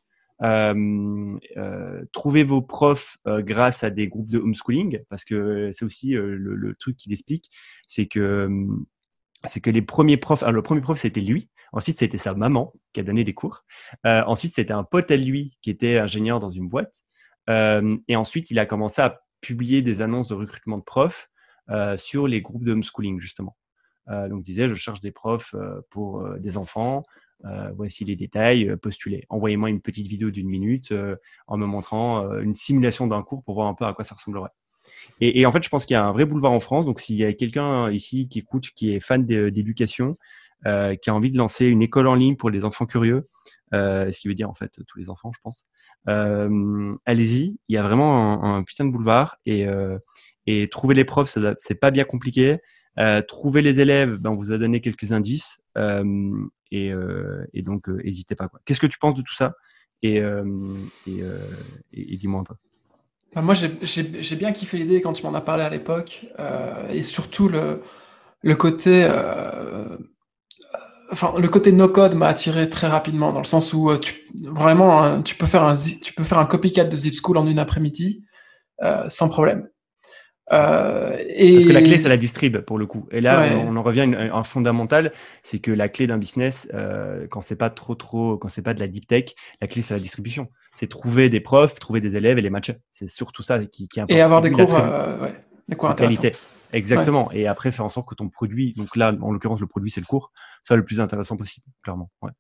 Euh, euh, trouvez vos profs euh, grâce à des groupes de homeschooling, parce que c'est aussi euh, le, le truc qu'il explique, c'est que c'est que les premiers profs, alors le premier prof c'était lui, ensuite c'était sa maman qui a donné des cours, euh, ensuite c'était un pote à lui qui était ingénieur dans une boîte, euh, et ensuite il a commencé à publier des annonces de recrutement de profs euh, sur les groupes de homeschooling justement. Euh, donc, il disait, je cherche des profs euh, pour euh, des enfants. Euh, voici les détails, euh, postulez. Envoyez-moi une petite vidéo d'une minute euh, en me montrant euh, une simulation d'un cours pour voir un peu à quoi ça ressemblerait. Et, et en fait, je pense qu'il y a un vrai boulevard en France. Donc, s'il y a quelqu'un ici qui écoute, qui est fan de- d'éducation, euh, qui a envie de lancer une école en ligne pour les enfants curieux, euh, ce qui veut dire en fait tous les enfants, je pense. Euh, allez-y, il y a vraiment un, un putain de boulevard et, euh, et trouver les profs, ça- c'est pas bien compliqué. Euh, trouver les élèves, ben, on vous a donné quelques indices euh, et, euh, et donc euh, n'hésitez pas, quoi. Qu'est-ce que tu penses de tout ça? Et, euh, et, euh, et- et dis-moi un peu.
Bah, moi, j'ai j'ai- j'ai bien kiffé l'idée quand tu m'en as parlé à l'époque, euh, et surtout le, le côté, euh, enfin, le côté no-code m'a attiré très rapidement, dans le sens où euh, tu, vraiment, hein, tu peux faire un, zi- tu peux faire un copycat de Zip School en une après-midi, euh, sans problème.
C'est ça.
Euh,
Parce que la clé,
et
c'est la distrib pour le coup. Et là, on,
ouais.
on en revient à une- à un fondamental, c'est que la clé d'un business, euh, quand c'est pas trop trop, quand c'est pas de la deep tech, la clé c'est la distribution. C'est trouver des profs, trouver des élèves et les matcher. C'est surtout ça qui, qui
Et
importe.
avoir
Et
des
oui,
cours,
l'attribution
euh, ouais, des cours
de
intéressants.
qualité.
Ouais.
Exactement. Et après, faire en sorte que ton produit, donc là, en l'occurrence, le produit, c'est le cours, soit le plus intéressant possible, clairement. Ouais.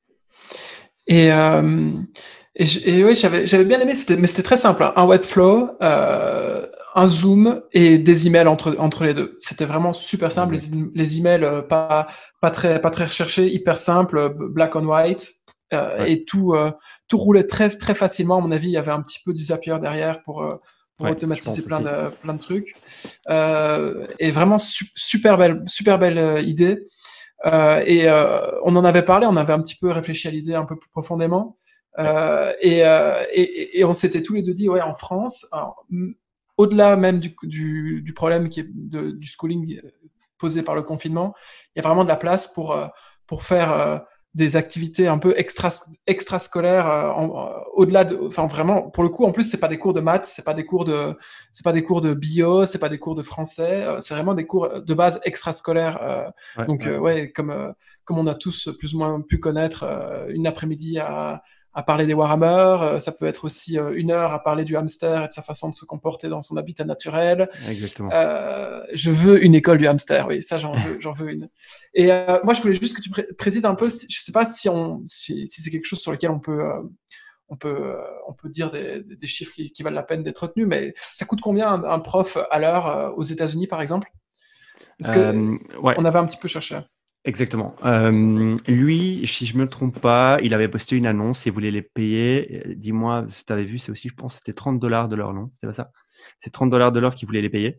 Et, euh, et, j- et oui, j'avais, j'avais bien aimé, c'était, mais c'était très simple, hein. Un Webflow, euh, un Zoom et des emails entre, entre les deux. C'était vraiment super simple. Les,
Exact.
em- les emails, euh, pas, pas, très, pas très recherchés, hyper simple, euh, black on white. Euh,
Ouais.
et tout, euh, tout roulait très, très facilement. À mon avis, il y avait un petit peu du Zapier derrière pour, euh, pour
Ouais, je
automatiser
pense
plein
aussi.
de, plein de trucs. Euh, et vraiment su- super belle, super belle euh, idée. Euh, et euh, on en avait parlé, on avait un petit peu réfléchi à l'idée un peu plus profondément.
Ouais.
Euh, et, euh, et, et, on s'était tous les deux dit, ouais, en France, alors, au-delà même du, du, du problème qui est de, du schooling posé par le confinement, il y a vraiment de la place pour, euh, pour faire euh, des activités un peu extra, extrascolaires, euh, en- euh, au-delà de, enfin vraiment, pour le coup, en plus, c'est pas des cours de maths, c'est pas des cours de, c'est pas des cours de bio, c'est pas des cours de français, euh, c'est vraiment des cours de base extrascolaires. Euh,
Ouais,
donc
ouais,
euh, ouais, comme euh, comme on a tous plus ou moins pu connaître, euh, une après-midi à à parler des Warhammer, euh, ça peut être aussi euh, une heure à parler du hamster et de sa façon de se comporter dans son habitat naturel.
exactement.
Euh, je veux une école du hamster, oui, ça j'en veux, j'en veux une. Et euh, moi je voulais juste que tu pré précises un peu, si, je sais pas si on, si, si c'est quelque chose sur lequel on peut, euh, on peut, euh, on peut dire des, des chiffres qui, qui valent la peine d'être retenus, mais ça coûte combien un, un prof à l'heure euh, aux États-Unis par exemple? Parce que
Euh, ouais.
on avait un petit peu cherché.
Exactement. Euh, lui, si je me trompe pas, il avait posté une annonce, il voulait les payer. Euh, Dis-moi si tu avais vu, c'est aussi, je pense, c'était trente dollars de l'heure, non? C'est pas ça? C'est trente dollars de l'heure qu'il voulait les payer.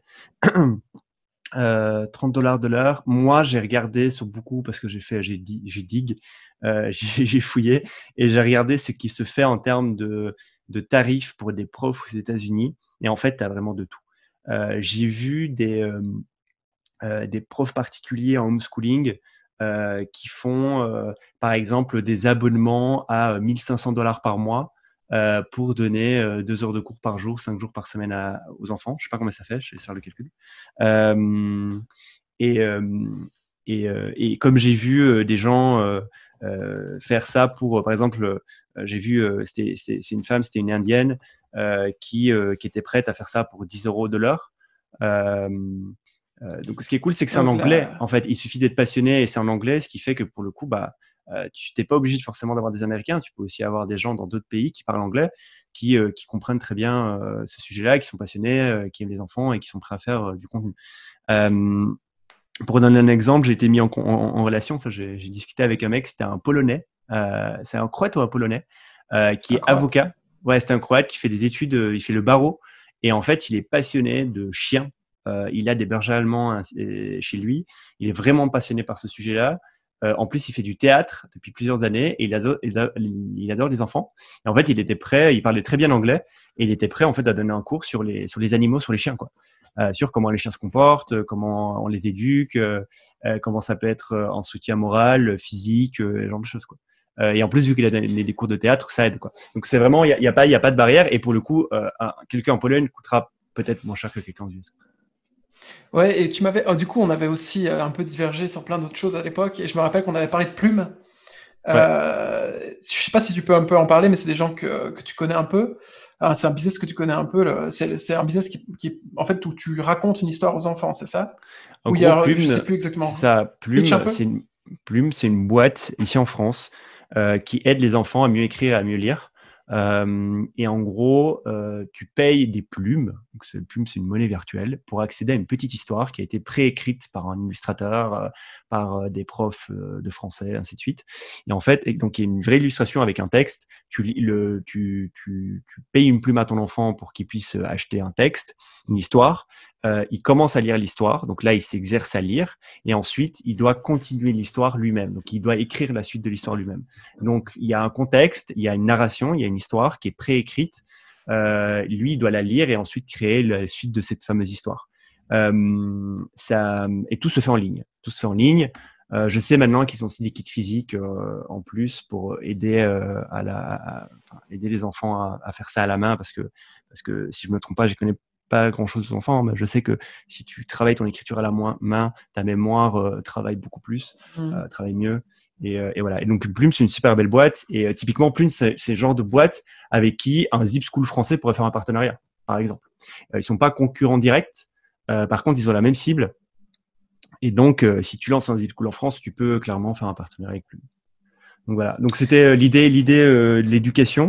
Euh, trente dollars de l'heure. Moi, j'ai regardé sur beaucoup parce que j'ai fait, j'ai di- j'ai dig, euh, j'ai j'ai fouillé et j'ai regardé ce qui se fait en termes de, de tarifs pour des profs aux États-Unis. Et en fait, tu as vraiment de tout. Euh, j'ai vu des, euh, euh, des profs particuliers en homeschooling euh, qui font, euh, par exemple, des abonnements à mille cinq cents dollars par mois euh, pour donner euh, deux heures de cours par jour, cinq jours par semaine à- aux enfants. Je sais pas combien ça fait, je vais faire le calcul. Euh, et, euh, et, euh, et comme j'ai vu euh, des gens euh, euh, faire ça pour, euh, par exemple, euh, j'ai vu, euh, c'était, c'était- c'est une femme, c'était une indienne euh, qui, euh, qui était prête à faire ça pour dix euros de l'heure. Euh, euh, donc, ce qui est cool, c'est que c'est en
Donc
anglais.
là,
En fait, il suffit d'être passionné et c'est en anglais, ce qui fait que pour le coup, bah, euh, tu n'es pas obligé de forcément d'avoir des Américains. Tu peux aussi avoir des gens dans d'autres pays qui parlent anglais, qui, euh, qui comprennent très bien euh, ce sujet-là, qui sont passionnés, euh, qui aiment les enfants et qui sont prêts à faire euh, du contenu. Euh, pour donner un exemple, j'ai été mis en, en, en relation. Enfin, j'ai j'ai discuté avec un mec, c'était un Polonais. Euh, c'est un Croate ou un Polonais euh,
c'est
qui
un
est
croate.
avocat. Ouais, c'est un Croate qui fait des études, euh, il fait le barreau. Et en fait, il est passionné de chiens. Euh, il a des bergers allemands hein, chez lui. Il est vraiment passionné par ce sujet-là. Euh, en plus, il fait du théâtre depuis plusieurs années et il adore, il adore, il adore les enfants. Et en fait, il était prêt, il parlait très bien anglais et il était prêt en fait à donner un cours sur les, sur les animaux, sur les chiens, quoi. Euh, sur comment les chiens se comportent, euh, comment on les éduque, euh, euh, comment ça peut être euh, en soutien moral, physique, euh, ce genre de choses, quoi. Euh, et en plus, vu qu'il a des, des cours de théâtre, ça aide, quoi. Donc c'est vraiment, il y a, y a pas, il y a pas de barrière. Et pour le coup, euh, un- quelqu'un en Pologne coûtera peut-être moins cher que quelqu'un aux U S.
Ouais, et tu m'avais, oh, du coup, on avait aussi euh, un peu divergé sur plein d'autres choses à l'époque, et je me rappelle qu'on avait parlé de plumes.
Ouais.
Euh, je sais pas si tu peux un peu en parler, mais c'est des gens que, que tu connais un peu. Ah, c'est un business que tu connais un peu. le- C'est c'est un business qui, qui, en fait, où tu racontes une histoire aux enfants, c'est ça?
En
Où il y
gros,
a, je sais
Plume,
plus
c'est
exactement.
ça.
Pitch un
Plume,
peu?
c'est une, Plume, c'est une boîte ici en France euh, qui aide les enfants à mieux écrire et à mieux lire. Euh, et en gros, euh, tu payes des plumes Donc, c'est, Plume, c'est une monnaie virtuelle pour accéder à une petite histoire qui a été préécrite par un illustrateur, euh, par euh, des profs euh, de français, ainsi de suite. Et en fait, et donc, il y a une vraie illustration avec un texte. Tu, le, tu, tu, tu payes une plume à ton enfant pour qu'il puisse acheter un texte, une histoire. Euh, il commence à lire l'histoire. Donc là, il s'exerce à lire. Et ensuite, il doit continuer l'histoire lui-même. Donc, il doit écrire la suite de l'histoire lui-même. Donc, il y a un contexte, il y a une narration, il y a une histoire qui est préécrite. Euh, lui, il doit la lire et ensuite créer la suite de cette fameuse histoire. Euh, ça, et tout se fait en ligne. Tout se fait en ligne. Euh, je sais maintenant qu'ils ont aussi des kits physiques euh, en plus pour aider euh, à la, à, enfin, aider les enfants à, à faire ça à la main parce que parce que si je me trompe pas, je connais pas grand chose aux enfants, mais je sais que si tu travailles ton écriture à la main, ta mémoire euh, travaille beaucoup plus, mmh. euh, travaille mieux. Et, euh, et voilà. Et donc Plume, c'est une super belle boîte. Et euh, typiquement, Plume, c'est, c'est le genre de boîte avec qui un Zip School français pourrait faire un partenariat, par exemple. Euh, ils sont pas concurrents directs. Euh, par contre, ils ont la même cible. Et donc, euh, si tu lances un Zip School en France, tu peux clairement faire un partenariat avec Plume. Donc voilà. Donc c'était euh, l'idée, l'idée euh, de l'éducation.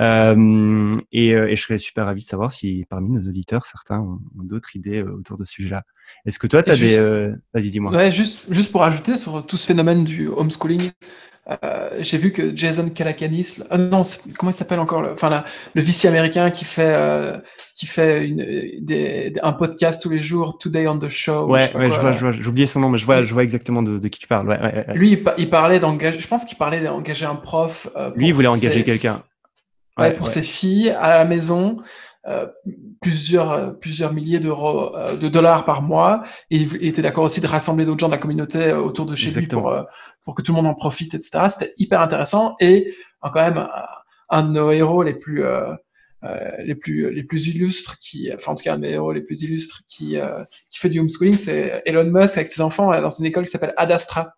Euh, et, euh, et je serais super ravi de savoir si parmi nos auditeurs, certains ont, ont d'autres idées euh, autour de ce sujet-là. Est-ce que toi, tu as des... Euh... Vas-y, dis-moi.
Ouais, juste, juste pour ajouter sur tout ce phénomène du homeschooling, euh, j'ai vu que Jason Calacanis, euh, non, comment il s'appelle encore, le, enfin la, le V C américain qui fait, euh, qui fait une, des, un podcast tous les jours, Today on the Show.
Ouais,
je, sais pas
ouais,
quoi,
je vois, je vois, j'ai oublié son nom, mais je vois, je vois exactement de, de qui tu parles. Ouais, ouais, ouais.
Lui, il, il parlait d'engager, je pense qu'il parlait d'engager un prof. Euh, pour
Lui, il voulait engager
ses,
quelqu'un.
Ouais, ouais, pour ouais. ses filles à la maison. Euh, plusieurs, euh, plusieurs milliers d'euros, euh, de dollars par mois. Et il, il était d'accord aussi de rassembler d'autres gens de la communauté euh, autour de chez Exactement. lui pour, euh, pour que tout le monde en profite, et cetera. C'était hyper intéressant. Et euh, quand même, un, un de nos héros les plus, euh, euh, les plus, les plus illustres, qui, enfin en tout cas un de mes héros les plus illustres qui, euh, qui fait du homeschooling, c'est Elon Musk avec ses enfants dans une école qui s'appelle Ad Astra.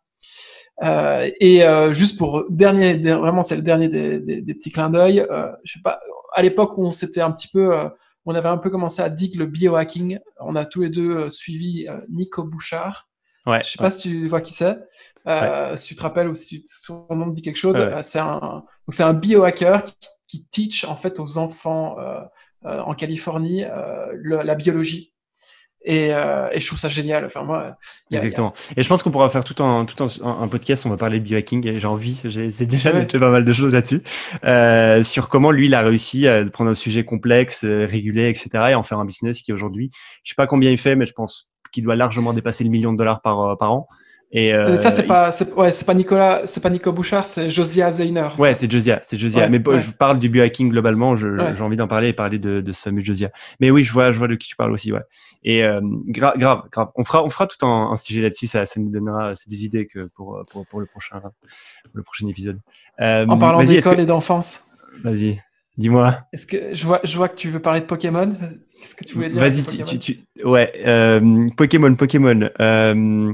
Euh, et euh, juste pour dernier, vraiment c'est le dernier des, des, des petits clins d'œil. Euh, je sais pas, à l'époque où on s'était un petit peu, euh, on avait un peu commencé à dig le biohacking. On a tous les deux euh, suivi euh, Nico Bouchard.
Ouais.
Je sais ouais. pas si tu vois qui c'est, euh, ouais. si tu te rappelles ou si tu, son nom te dit quelque chose. Ouais, ouais. C'est un, donc c'est un biohacker qui, qui teach en fait aux enfants euh, euh, en Californie euh, le, la biologie. Et, euh, et je trouve ça génial. Enfin, moi,
y a, Exactement. Y a... Et je pense qu'on pourra faire tout un, tout un, un podcast, on va parler de biohacking. Et j'ai envie, j'ai déjà ouais. noté pas mal de choses là-dessus, euh, sur comment lui, il a réussi à prendre un sujet complexe, euh, régulé, et cetera, et en faire un business qui aujourd'hui, je sais pas combien il fait, mais je pense qu'il doit largement dépasser le million de dollars par, par an. Et
euh, ça c'est pas, c'est, ouais, c'est pas Nicolas, c'est pas Nico Bouchard, c'est Josiah Zayner.
Ouais, ça. c'est Josiah, c'est Josiah. Ouais, mais ouais. je parle du biohacking globalement. Je, ouais. J'ai envie d'en parler et parler de, de ce fameux Josiah. Mais oui, je vois, je vois de qui tu parles aussi, ouais. Et euh, gra- grave, grave. On fera, on fera tout un, un sujet là-dessus. Ça, ça nous donnera c'est des idées que pour, pour, pour le prochain, pour le prochain épisode.
Euh, en parlant d'école que... et d'enfance.
Vas-y, dis-moi.
Est-ce que je vois, je vois que tu veux parler de Pokémon. Qu'est-ce que tu voulais dire?
Vas-y, tu, tu, tu, ouais. Euh, Pokémon, Pokémon. Euh,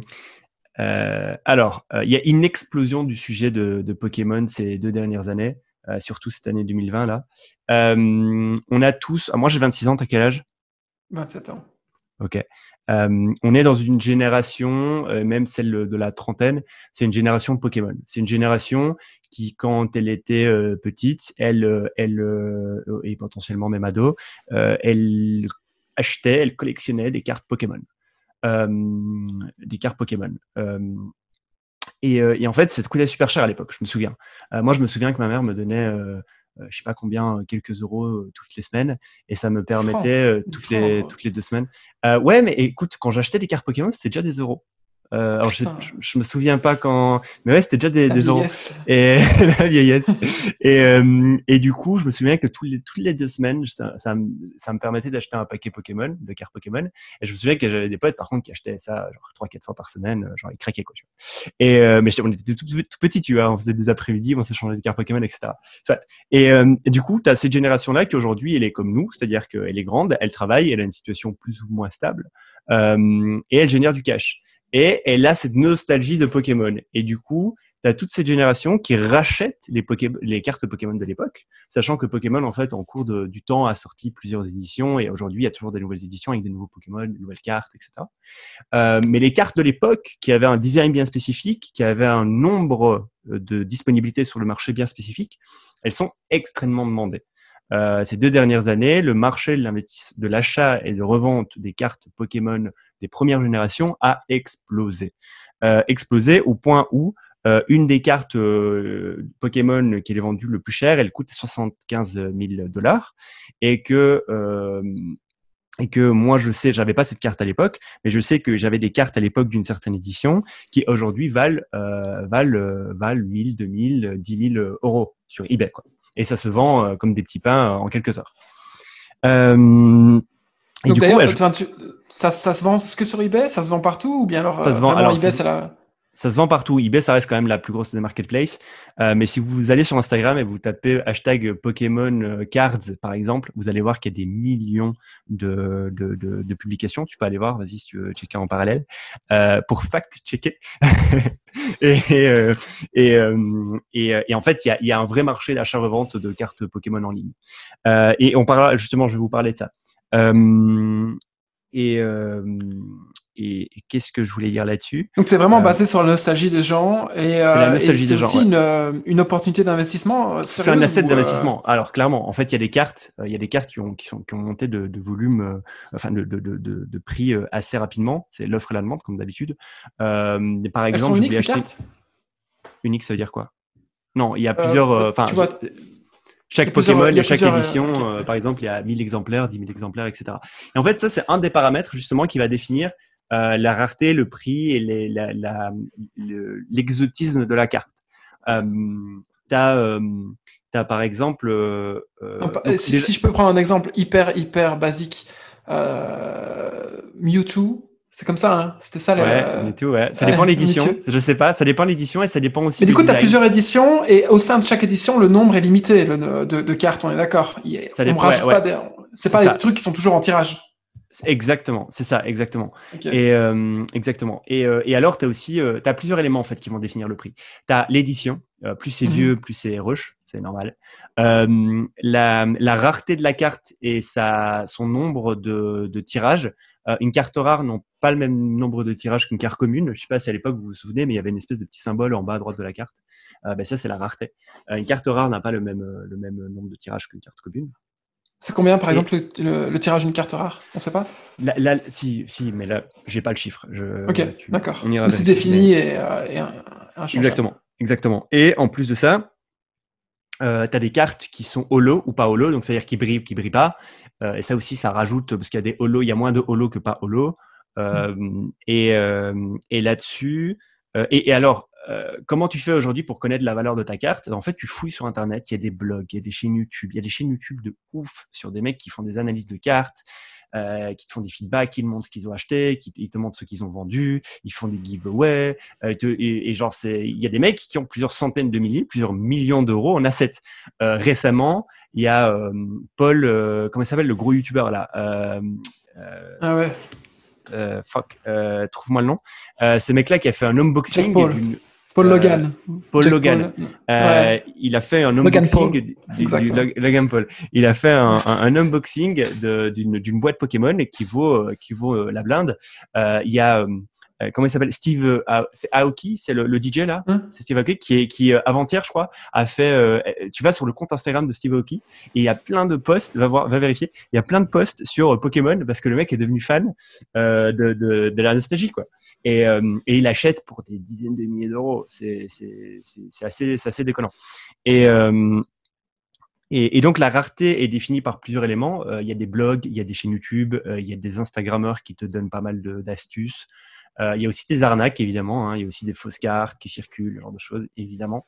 Euh, alors, il euh, y a une explosion du sujet de, de Pokémon ces deux dernières années, euh, surtout cette année deux mille vingt là. Euh, on a tous, ah, moi j'ai vingt-six ans, t'as quel âge?
vingt-sept ans.
Ok. Euh, on est dans une génération, euh, même celle de la trentaine, c'est une génération de Pokémon. C'est une génération qui, quand elle était euh, petite, elle, elle euh, et potentiellement même ado, euh, elle achetait, elle collectionnait des cartes Pokémon. Euh, des cartes Pokémon. Euh, et, euh, et en fait, ça coûtait super cher à l'époque, je me souviens. Euh, moi, je me souviens que ma mère me donnait, euh, euh, je sais pas combien, quelques euros euh, toutes les semaines, et ça me permettait euh, toutes les toutes les deux semaines. Euh, ouais, mais écoute, quand j'achetais des cartes Pokémon, c'était déjà des euros. Euh, alors je, je, je me souviens pas quand, mais ouais, c'était déjà des, des euros. Et la vieillesse. Et euh, et du coup, je me souviens que tous les toutes les deux semaines, ça ça, ça me permettait d'acheter un paquet Pokémon, de cartes Pokémon. Et je me souviens que j'avais des potes par contre qui achetaient ça genre trois quatre fois par semaine, genre ils craquaient quoi. Tu vois. Et euh, mais on était tout, tout, tout petits, tu vois, on faisait des après-midi, on s'échangeait des cartes Pokémon, et cetera. Et, euh, et du coup, tu as cette génération-là qui aujourd'hui elle est comme nous, c'est-à-dire qu'elle est grande, elle travaille, elle a une situation plus ou moins stable, euh, et elle génère du cash. Et elle a cette nostalgie de Pokémon. Et du coup, tu as toute cette génération qui rachète les, Poké- les cartes Pokémon de l'époque, sachant que Pokémon, en fait, en cours de, du temps, a sorti plusieurs éditions. Et aujourd'hui, il y a toujours des nouvelles éditions avec des nouveaux Pokémon, de nouvelles cartes, et cetera. Euh, mais les cartes de l'époque, qui avaient un design bien spécifique, qui avaient un nombre de disponibilités sur le marché bien spécifique, elles sont extrêmement demandées. euh, ces deux dernières années, le marché de, l'investissement, de l'achat et de revente des cartes Pokémon des premières générations a explosé. Euh, explosé au point où euh, une des cartes euh, Pokémon qui est vendue le plus cher, elle coûte soixante-quinze mille dollars et que euh, et que moi je sais, j'avais pas cette carte à l'époque, mais je sais que j'avais des cartes à l'époque d'une certaine édition qui aujourd'hui valent euh, valent euh, valent mille, deux mille, dix mille euros sur eBay, quoi. Et ça se vend euh, comme des petits pains euh, en quelques heures. Euh, et
Donc
du coup,
d'ailleurs,
ouais, je-
enfin, tu- ça, ça se vend que sur eBay? Ça se vend partout? Ou bien alors
ça
euh,
se vend.
vraiment
Alors ça
eBay,
se,
c'est la...
Ça se vend partout. eBay, ça reste quand même la plus grosse des marketplaces. Euh, mais si vous allez sur Instagram et vous tapez hashtag Pokémon euh, Cards, par exemple, vous allez voir qu'il y a des millions de, de, de, de publications. Tu peux aller voir, vas-y, si tu veux checker en parallèle, euh, pour fact-checker. et, euh, et, euh, et, euh, et en fait, il y a, il y a un vrai marché d'achat-revente de cartes Pokémon en ligne. Euh, et on parlera, justement, je vais vous parler de ça. Euh, et, euh, et, et qu'est-ce que je voulais dire là-dessus?
Donc c'est vraiment
Euh,
basé sur la nostalgie des gens et,
c'est la
euh, et
nostalgie
c'est
des gens,
aussi
ouais.
une, euh, une opportunité d'investissement euh,
C'est un
sérieuse
asset
ou... euh,
d'investissement. Alors clairement, en fait, il y a des cartes, euh, il y a des cartes qui ont qui sont qui ont monté de, de volume, euh, enfin de, de, de, de, de prix euh, assez rapidement. C'est l'offre et la demande comme d'habitude. Euh, par
Elles sont
exemple, je
uniques
voulais
ces
acheter
cartes?
unique, ça veut dire quoi? Non, il y a
Euh,
plusieurs.
bah,
euh, Enfin,
tu
je-
vois, il y
chaque
a plusieurs...
Pokémon
Il y
et
a
chaque
plusieurs euh, ok.
édition, euh, par exemple, il y a mille exemplaires, dix mille exemplaires, et cetera. Et en fait, ça, c'est un des paramètres justement qui va définir euh, la rareté, le prix et les, la, la, le- l'exotisme de la carte. Euh, t'as, euh, t'as par exemple, euh,
Donc,
euh,
pa-
donc
si,
déjà,
si je peux prendre un exemple hyper, hyper basique, euh, Mewtwo, c'est comme ça, hein? C'était ça, le,
ouais,
euh,
Mewtwo, ouais, ça dépend
ouais,
de
Mewtwo.
l'édition. Je sais pas, ça dépend de l'édition et ça dépend aussi
Mais du
du
coup, tu as
design.
plusieurs éditions, et au sein de chaque édition, le nombre est limité le- de, de cartes, on est d'accord. Il-
Ça
On ne
dépend, ouais,
rajoute pas
ouais,
des... C'est
c'est
pas des
ça.
trucs qui sont toujours en tirage.
Exactement, c'est ça, exactement.
Ok.
Et euh, exactement. Et, euh, et alors, tu as aussi, euh, t'as plusieurs éléments en fait qui vont définir le prix. Tu as l'édition, euh, plus c'est vieux,
Mhm.
plus c'est rush, c'est normal. Euh, la, la rareté de la carte et sa, son nombre de, de tirages. Euh, une carte rare n'ont pas le même nombre de tirages qu'une carte commune. Je sais pas si à l'époque vous vous souvenez, mais il y avait une espèce de petit symbole en bas à droite de la carte. Euh, ben ça, c'est la rareté. Euh, une carte rare n'a pas le même, euh, le même nombre de tirages qu'une carte commune.
C'est combien, par
Et
exemple, le, le- le tirage d'une carte rare? On sait pas?
Là, là, si, si, mais là, j'ai pas le chiffre.
Ok,
Je, tu,
d'accord.
on ira
Mais c'est
vérifier. Mais
défini et, euh, et un- inchangeable.
exactement, exactement. Et en plus de ça, euh, tu as des cartes qui sont holo ou pas holo, donc c'est-à-dire qui brillent ou qui brillent pas. Euh, et ça aussi, ça rajoute parce qu'il y a des holo, il y a moins de holo que pas holo.
Mhm.
Euh, et, euh, et là-dessus, euh, et, et alors, euh, comment tu fais aujourd'hui pour connaître la valeur de ta carte? En fait, tu fouilles sur Internet, il y a des blogs, il y a des chaînes YouTube, il y a des chaînes YouTube de ouf sur des mecs qui font des analyses de cartes, euh, qui te font des feedbacks, qui te montrent ce qu'ils ont acheté, qui ils te montrent ce qu'ils ont vendu, ils font des giveaways, euh, te- et, et genre c'est, il y a des mecs qui ont plusieurs centaines de milliers, plusieurs millions d'euros en assets. Euh, récemment, il y a euh, Paul, euh, comment il s'appelle, le gros youtubeur là. Euh, euh,
Ah ouais.
euh, fuck, euh, trouve-moi le nom. Euh, ce mec-là qui a fait un
Jack
unboxing
Paul.
d'une
Paul
euh,
Logan.
Paul
Jack
Logan.
Paul. Non.
Euh,
Ouais.
il a fait un
Logan Paul.
unboxing du, du
Exactement.
Log- Logan Paul. Il a fait un, un, un unboxing de- d'une d'une boîte Pokémon qui vaut euh, qui vaut euh, la blinde. Euh, Il y a euh, euh, comment il s'appelle, Steve euh, Ao- c'est Aoki, c'est le, le D J là.
Hein.
C'est Steve Aoki qui est qui euh, avant-hier je crois a fait. Euh, tu vas sur le compte Instagram de Steve Aoki et il y a plein de posts. Va voir, va vérifier. Il y a plein de posts sur euh, Pokémon parce que le mec est devenu fan euh, de, de de la nostalgie quoi. Et, euh, et il achète pour des dizaines de milliers d'euros. C'est c'est c'est c'est assez c'est assez déconnant. Et euh, et, et donc la rareté est définie par plusieurs éléments. Euh, il y a des blogs, il y a des chaînes YouTube, euh, il y a des Instagrammeurs qui te donnent pas mal de- d'astuces. Euh, il y a aussi des arnaques évidemment. Hein, il y a aussi des fausses cartes qui circulent, ce genre de choses évidemment.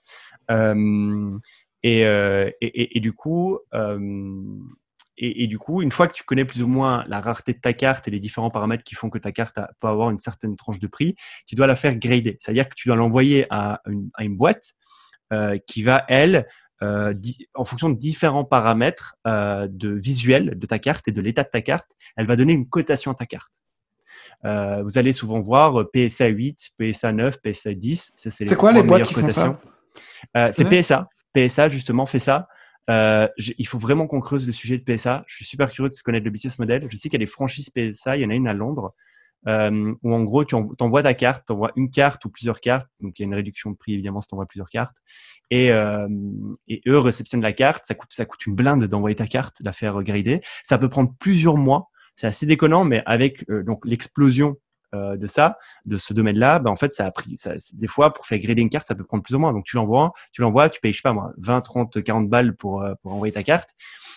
Euh, et, euh, et, et, et du coup, euh, et, et du coup, une fois que tu connais plus ou moins la rareté de ta carte et les différents paramètres qui font que ta carte a- peut avoir une certaine tranche de prix, tu dois la faire grader. C'est-à-dire que tu dois l'envoyer à une, à une boîte euh, qui va, elle, euh, di- en fonction de différents paramètres euh, de visuel de ta carte et de l'état de ta carte, elle va donner une cotation à ta carte. Euh, vous allez souvent voir P S A huit, P S A neuf, P S A dix. Ça, c'est les
C'est quoi les
trois
boîtes
meilleures
qui font
cotations.
ça?
Euh,
Tu
c'est
connais?
P S A. P S A, justement, fait ça. Euh, j'ai- il faut vraiment qu'on creuse le sujet de P S A. Je suis super curieux de connaître le business model. Je sais qu'il y a des franchises P S A. Il y en a une à Londres. euh, où en gros, tu envoies ta carte, tu envoies une carte ou plusieurs cartes. Donc, il y a une réduction de prix, évidemment, si tu envoies plusieurs cartes. Et, euh, et eux réceptionnent la carte. Ça coûte, ça coûte une blinde d'envoyer ta carte, de la faire grader. Ça peut prendre plusieurs mois. C'est assez déconnant, mais avec euh, donc l'explosion euh, de ça, de ce domaine-là, ben, en fait, ça a pris, ça, des fois, pour faire grader une carte, ça peut prendre plusieurs mois. Donc, tu l'envoies, tu l'envoies, tu payes, je sais pas moi, vingt, trente, quarante balles pour, euh, pour envoyer ta carte.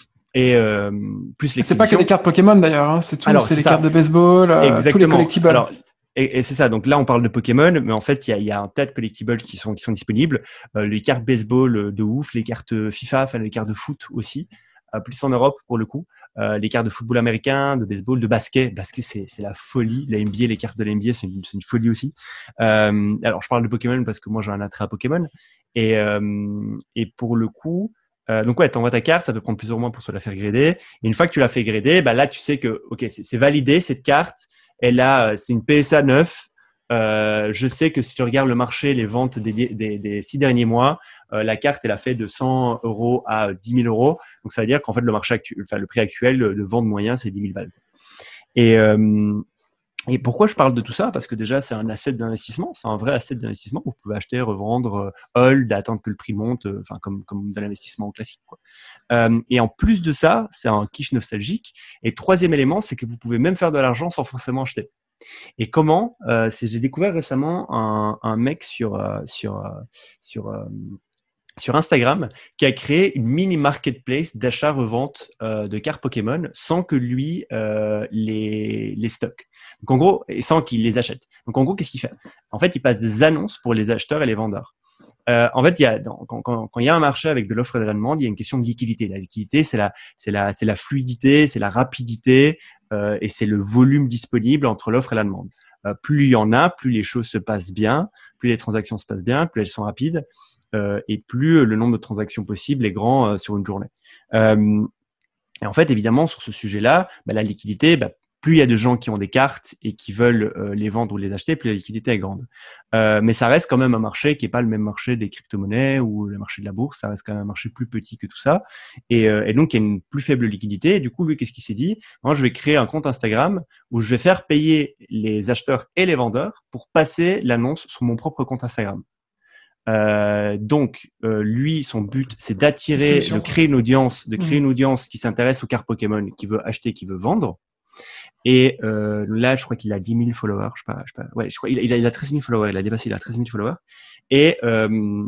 Et euh, plus
C'est pas que
l'expédition.
des cartes Pokémon d'ailleurs, hein, c'est tout,
Alors,
c'est
c'est
les
ça.
cartes de baseball, euh, tous les
Exactement.
collectibles.
Alors, et, et c'est ça. Donc là, on parle de Pokémon, mais en fait, il y a, il y a un tas de collectibles qui sont, qui sont disponibles. Euh, les cartes baseball euh, de ouf, les cartes FIFA, enfin les cartes de foot aussi, euh, plus en Europe pour le coup. Euh, les cartes de football américain, de baseball, de basket. Basket, c'est, c'est la folie. La N B A, les cartes de la N B A, c'est une, c'est une folie aussi. Euh, alors, je parle de Pokémon parce que moi, j'ai un attrait à Pokémon. Et, euh, et pour le coup, euh, donc ouais, t'envoies ta carte, ça peut prendre plusieurs mois pour se la faire grader. Et une fois que tu l'as fait grader, bah là, tu sais que ok, c'est, c'est validé cette carte. Elle a, c'est une P S A neuf. Euh, je sais que si tu regardes le marché, les ventes des, des, des six derniers mois, euh, la carte, elle a fait de cent euros à dix mille euros. Donc, ça veut dire qu'en fait, le marché actuel, enfin, le prix actuel de vente moyen, c'est dix mille balles. Et, euh, et pourquoi je parle de tout ça? Parce que déjà, c'est un asset d'investissement. C'est un vrai asset d'investissement. Vous pouvez acheter, revendre, hold, attendre que le prix monte, enfin, comme, comme de l'investissement classique, quoi. Euh, et en plus de ça, c'est un kiff nostalgique. Et troisième élément, c'est que vous pouvez même faire de l'argent sans forcément acheter. Et comment euh, c'est, j'ai découvert récemment un, un mec sur euh, sur euh, sur euh, sur Instagram qui a créé une mini marketplace d'achat-revente euh, de cartes Pokémon sans que lui euh, les les stocke. Donc en gros, et sans qu'il les achète. Donc en gros, qu'est-ce qu'il fait? En fait, il passe des annonces pour les acheteurs et les vendeurs. Euh, en fait, il y a, dans, quand, quand, quand il y a un marché avec de l'offre et de la demande, il y a une question de liquidité. La liquidité, c'est la, c'est la, c'est la fluidité, c'est la rapidité euh, et c'est le volume disponible entre l'offre et la demande. Euh, plus il y en a, plus les choses se passent bien, plus les transactions se passent bien, plus elles sont rapides euh, et plus le nombre de transactions possibles est grand euh, sur une journée. Euh, et en fait, évidemment, sur ce sujet-là, bah, la liquidité, bah, plus il y a de gens qui ont des cartes et qui veulent euh, les vendre ou les acheter, plus la liquidité est grande. Euh, mais ça reste quand même un marché qui n'est pas le même marché des crypto-monnaies ou le marché de la bourse. Ça reste quand même un marché plus petit que tout ça. Et, euh, et donc, il y a une plus faible liquidité. Et du coup, lui, qu'est-ce qu'il s'est dit? Moi, je vais créer un compte Instagram où je vais faire payer les acheteurs et les vendeurs pour passer l'annonce sur mon propre compte Instagram. Euh, donc, euh, lui, son but, c'est d'attirer, de créer une audience, de créer mmh. une audience qui s'intéresse aux cartes Pokémon, qui veut acheter, qui veut vendre. Et euh, là, je crois qu'il a dix mille followers. Je sais pas, je sais pas. Ouais, je crois il a, il a treize mille followers. Il a dépassé, il a treize mille followers. Et euh,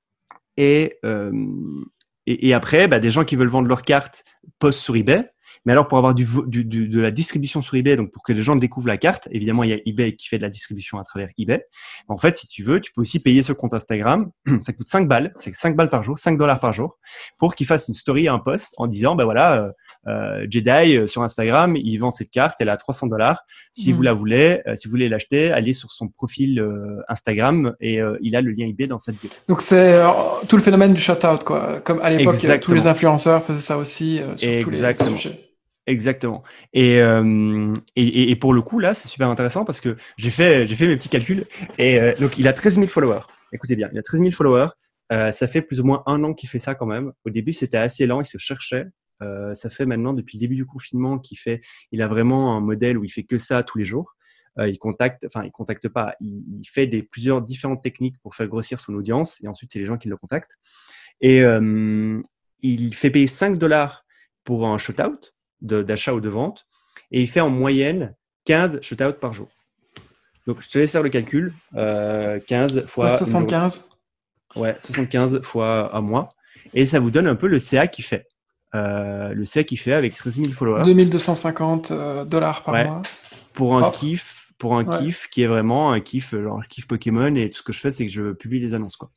et, euh, et et après, bah, des gens qui veulent vendre leurs cartes postent sur eBay. Mais alors, pour avoir du, du, du, de la distribution sur eBay, donc pour que les gens découvrent la carte, évidemment, il y a eBay qui fait de la distribution à travers eBay. En fait, si tu veux, tu peux aussi payer ce compte Instagram. Ça coûte cinq balles, c'est cinq balles par jour, cinq dollars par jour, pour qu'il fasse une story, un post en disant, ben voilà, euh, euh, Jedi euh, sur Instagram, il vend cette carte, elle est à trois cents dollars. Si mmh. vous la voulez, euh, si vous voulez l'acheter, allez sur son profil euh, Instagram et euh, il a le lien eBay dans cette bio.
Donc c'est euh, tout le phénomène du shout-out, quoi. Comme à l'époque, Exactement. Tous les influenceurs faisaient ça aussi euh, sur
Exactement.
tous les sujets.
Exactement. Et, euh, et, et pour le coup, là, c'est super intéressant parce que j'ai fait, j'ai fait mes petits calculs. Et euh, donc, il a treize mille followers. Écoutez bien, il a treize mille followers. Euh, ça fait plus ou moins un an qu'il fait ça quand même. Au début, c'était assez lent, il se cherchait. Euh, ça fait maintenant, depuis le début du confinement, qu'il fait, il a vraiment un modèle où il fait que ça tous les jours. Euh, il contacte, enfin, il contacte pas, il, il fait des, plusieurs différentes techniques pour faire grossir son audience. Et ensuite, c'est les gens qui le contactent. Et euh, il fait payer cinq dollars pour un shout-out d'achat ou de vente, et il fait en moyenne quinze shoot-out par jour. Donc, je te laisse faire le calcul. Euh, quinze fois…
Ouais, soixante-quinze.
Ouais, soixante-quinze fois un mois. Et ça vous donne un peu le C A qu'il fait. Euh, le C A qu'il fait avec treize mille followers.
deux mille deux cent cinquante dollars par
ouais.
mois.
Pour un Hop. kiff, pour un ouais. kiff qui est vraiment un kiff, genre kiff Pokémon, et tout ce que je fais, c'est que je publie des annonces, quoi.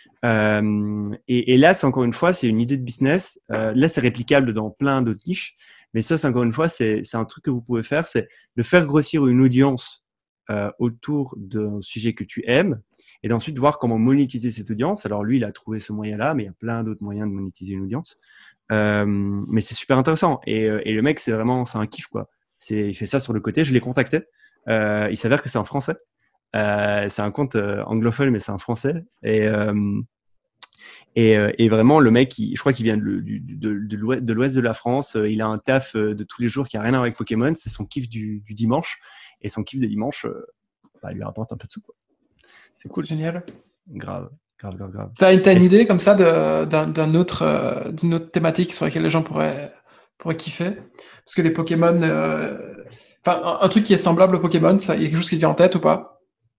Euh, et, et là, c'est encore une fois, c'est une idée de business. Euh, là, c'est réplicable dans plein d'autres niches. Mais ça, c'est encore une fois, c'est, c'est un truc que vous pouvez faire, c'est de faire grossir une audience euh, autour d'un sujet que tu aimes et d'ensuite voir comment monétiser cette audience. Alors lui, il a trouvé ce moyen-là, mais il y a plein d'autres moyens de monétiser une audience. Euh, mais c'est super intéressant. Et, et le mec, c'est vraiment, c'est un kiff, quoi. C'est, il fait ça sur le côté. Je l'ai contacté. Euh, il s'avère que c'est un Français. Euh, c'est un compte euh, anglophone, mais c'est un Français. Et, euh, Et, euh, et vraiment, le mec, il, je crois qu'il vient de, du- de, de l'ouest de l'ouest de la France. Euh, il a un taf euh, de tous les jours qui a rien à voir avec Pokémon. C'est son kiff du, du dimanche. Et son kiff de dimanche, euh, bah, lui rapporte un peu de sous, quoi. C'est cool.
Génial.
Grave, grave, grave, grave.
T'as, t'as une
Est-ce-
idée comme ça de- d'un, d'un autre, euh, d'une autre thématique sur laquelle les gens pourraient, pourraient kiffer? Parce que les Pokémon, euh, enfin, un, un truc qui est semblable aux Pokémon, ça, il y a quelque chose qui te vient en tête ou pas?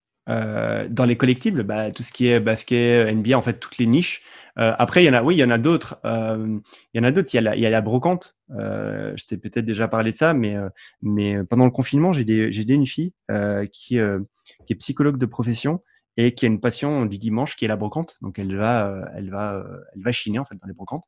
Euh, dans les collectibles, bah, tout ce qui est basket, N B A, en fait, toutes les niches. Euh, après, il y en a, oui, il y en a d'autres. Euh, il y en a d'autres. Il y a la, il y a la brocante. Euh, je t'ai peut-être déjà parlé de ça, mais, euh, mais pendant le confinement, j'ai des, j'ai des une fille euh, qui, euh, qui est psychologue de profession et qui a une passion du dimanche qui est la brocante. Donc, elle va, euh, elle va, euh, elle va chiner en fait dans les brocantes.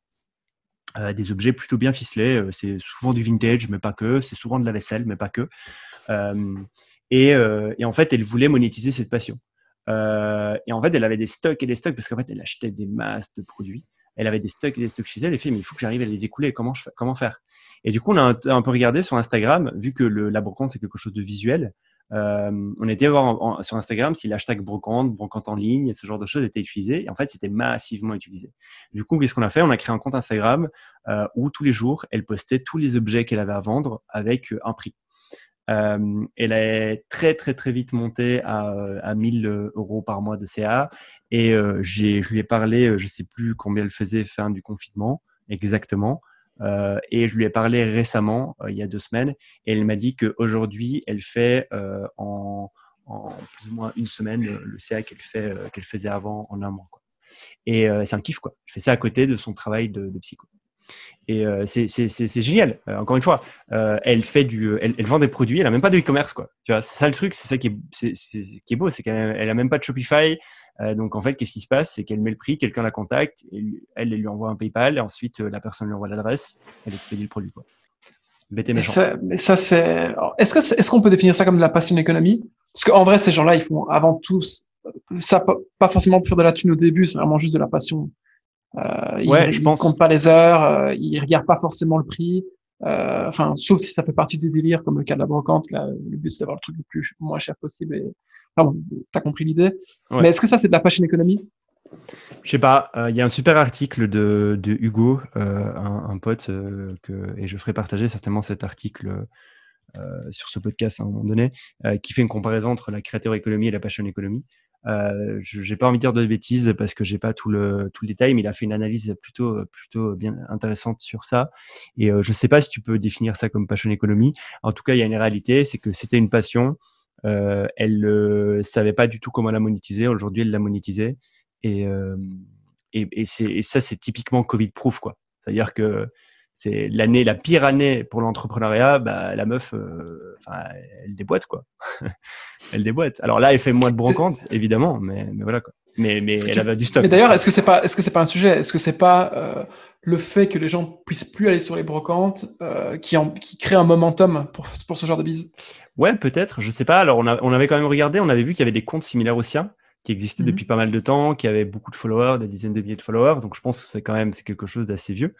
Euh, des objets plutôt bien ficelés. Euh, C'est souvent du vintage, mais pas que. C'est souvent de la vaisselle, mais pas que. Euh, et, euh, et en fait, elle voulait monétiser cette passion. Euh, et en fait, elle avait des stocks et des stocks parce qu'en fait, elle achetait des masses de produits. Elle avait des stocks et des stocks chez elle. Elle fait, mais il faut que j'arrive à les écouler. Comment, je fais, comment faire? Et du coup, on a un, un peu regardé sur Instagram, vu que le, la brocante, c'est quelque chose de visuel. Euh, on était voir en, en, sur Instagram si l'hashtag brocante, brocante en ligne et ce genre de choses était utilisé. Et en fait, c'était massivement utilisé. Du coup, qu'est-ce qu'on a fait? On a créé un compte Instagram euh, où tous les jours, elle postait tous les objets qu'elle avait à vendre avec euh, un prix. Euh, elle est très très très vite montée à, à mille euros par mois de C A et euh, j'ai, je lui ai parlé, je sais plus combien elle faisait fin du confinement exactement, euh, et je lui ai parlé récemment, euh, il y a deux semaines, et elle m'a dit qu'aujourd'hui elle fait euh, en, en plus ou moins une semaine le, le C A qu'elle fait euh, qu'elle faisait avant en un mois, quoi. Et euh, c'est un kiff, quoi. Je fais ça à côté de son travail de, de psycho. Et euh, c'est, c'est, c'est, c'est génial. Euh, encore une fois, euh, elle fait du, elle, elle vend des produits. Elle a même pas de e-commerce, quoi. Tu vois, c'est ça le truc. C'est ça qui est, c'est, c'est, qui est beau, c'est qu'elle elle a même pas de Shopify. Euh, donc en fait, qu'est-ce qui se passe, c'est qu'elle met le prix, quelqu'un la contacte, et lui- elle, elle lui envoie un PayPal, et ensuite euh, la personne lui envoie l'adresse, elle expédie le produit, quoi. Bête et
Et
méchant.
ça, mais ça c'est. alors, Est-ce que c'est- est-ce qu'on peut définir ça comme de la passion économie? Parce qu'en vrai, ces gens-là, ils font avant tout ça, pas pas forcément pour faire de la thune au début, c'est vraiment juste de la passion. Euh, ils,
Ouais, je
ils
pense.
comptent pas les heures, euh, ils regardent pas forcément le prix. Euh, Enfin, sauf si ça fait partie du délire, comme le cas de la brocante. Là, le but c'est d'avoir le truc le plus moins cher possible. Et... Enfin bon, t'as compris l'idée. Mais
Ouais.
est-ce que ça c'est de la passion économie?
Je sais pas, il euh, y a un super article de, de Hugo, euh, un, un pote, euh, que, et je ferai partager certainement cet article euh, sur ce podcast à un moment donné, euh, qui fait une comparaison entre la créateur économie et la passion économie. Euh, je n'ai pas envie de dire de bêtises parce que j'ai pas tout le, tout le détail, mais il a fait une analyse plutôt, plutôt bien intéressante sur ça. Et euh, je sais pas si tu peux définir ça comme passion économie. En tout cas, il y a une réalité, c'est que c'était une passion. Euh, elle ne savait pas du tout comment la monétiser. Aujourd'hui, elle l'a monétisée. Et, euh, et, et, c'est, et ça, c'est typiquement Covid-proof, quoi. C'est-à-dire que c'est l'année, la pire année pour l'entrepreneuriat, bah, la meuf, euh, enfin, elle déboîte, quoi. Elle déboîte. Alors là, elle fait moins de brocante, évidemment, mais, mais voilà, quoi. Mais, mais
Est-ce que
elle
tu...
avait du
Mais
stock, donc
d'ailleurs,
ça va.
est-ce que c'est pas, est-ce que c'est pas un sujet? Est-ce que c'est pas euh, le fait que les gens puissent plus aller sur les brocantes euh, qui, en... qui crée un momentum pour, pour ce genre de bise?
Ouais, peut-être, je sais pas. Alors, on, a, on avait quand même regardé, on avait vu qu'il y avait des comptes similaires aux siens, qui existaient depuis
Mhm.
pas mal de temps, qui avaient beaucoup de followers, des dizaines de milliers de followers. Donc, je pense que c'est quand même c'est quelque chose d'assez vieux.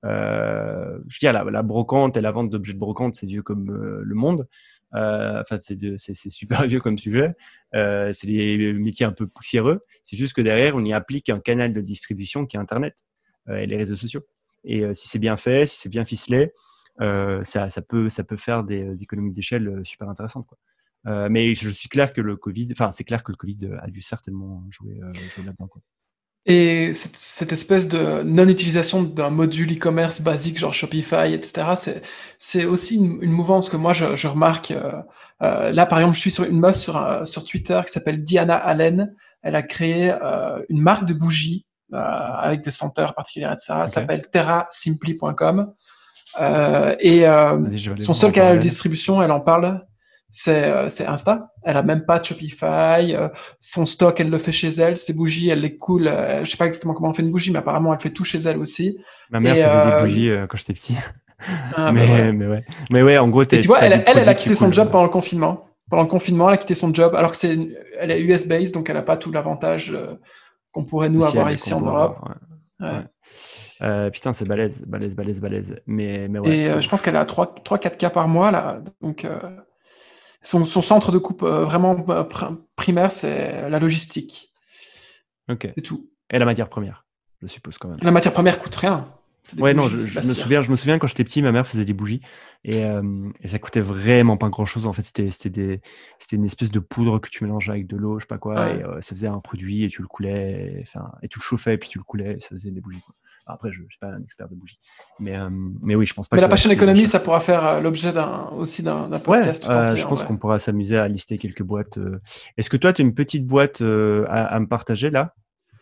Euh, je veux dire, la, la brocante et la vente d'objets de brocante, c'est vieux comme euh, le monde. Euh, Enfin, c'est, de, c'est, c'est super vieux comme sujet. Euh, c'est des métiers un peu poussiéreux. C'est juste que derrière, on y applique un canal de distribution qui est Internet euh, et les réseaux sociaux. Et euh, si c'est bien fait, si c'est bien ficelé, euh, ça, ça, peut, ça peut faire des, des économies d'échelle euh, super intéressantes, quoi. Euh, mais je suis clair que le Covid, enfin, c'est clair que le Covid a dû certainement jouer, euh, jouer là-dedans, quoi.
Et cette, cette espèce de non-utilisation d'un module e-commerce basique, genre Shopify, et cetera, c'est, c'est aussi une, une mouvance que moi je, je remarque. Euh, euh, là, par exemple, je suis sur une meuf sur, euh, sur Twitter qui s'appelle Diana Allen. Elle a créé euh, une marque de bougies euh, avec des senteurs particulières, et cetera. Ça
Ok.
s'appelle terra simply point com. Euh, et euh,
Vas-y, je vais aller
son
voir en
seul canal de
parallèle.
distribution, elle en parle, c'est euh, c'est Insta. Elle a même pas de Shopify. Euh, son stock, elle le fait chez elle. Ses bougies, elle les coule. Euh, je sais pas exactement comment on fait une bougie, mais apparemment, elle fait tout chez elle aussi.
Ma mère
Et,
faisait des
euh,
bougies euh, quand j'étais petit.
ah, bah
mais,
voilà.
mais ouais. Mais ouais, en gros,
Et
t'as,
tu vois,
t'as
elle,
du
elle, elle a
produit qui
quitté son
coule.
job
euh.
pendant le confinement. Pendant le confinement, elle a quitté son job, alors que c'est, une- elle est U S based, donc elle a pas tout l'avantage euh, qu'on pourrait nous avoir
Social
ici
qu'on
en
peut
Europe.
avoir. Ouais.
Ouais.
Ouais. Euh, putain, c'est balèze, balèze, balèze, balèze. Mais, mais ouais.
Et euh, je pense qu'elle a trois quatre cas par mois là. Donc euh, Son, son centre de coupe euh, vraiment euh, pr- primaire, c'est la logistique.
Ok.
C'est tout.
Et la matière première. je suppose quand même.
La matière première coûte rien. C'est des
Ouais, non,
bougies,
je,
c'est de
je
la
me
cire.
souviens, je me souviens quand j'étais petit, ma mère faisait des bougies et, euh, et ça coûtait vraiment pas grand-chose. En fait, c'était c'était des c'était une espèce de poudre que tu mélangeais avec de l'eau, je sais pas quoi,
Ouais.
et euh, ça faisait un produit et tu le coulais, et, enfin, et tu le chauffais et puis tu le coulais, et ça faisait des bougies, quoi. Après, je, je suis pas un expert de bougies, mais euh, mais oui, je pense pas
Mais
que
la
ça va
passion
coûter
économie,
cher.
ça pourra faire euh, l'objet d'un, aussi d'un, d'un
Ouais,
podcast tout
euh,
entier
je
en
pense
vrai.
qu'on pourra s'amuser à lister quelques boîtes. euh. Est-ce que toi, tu as une petite boîte euh, à, à me partager là,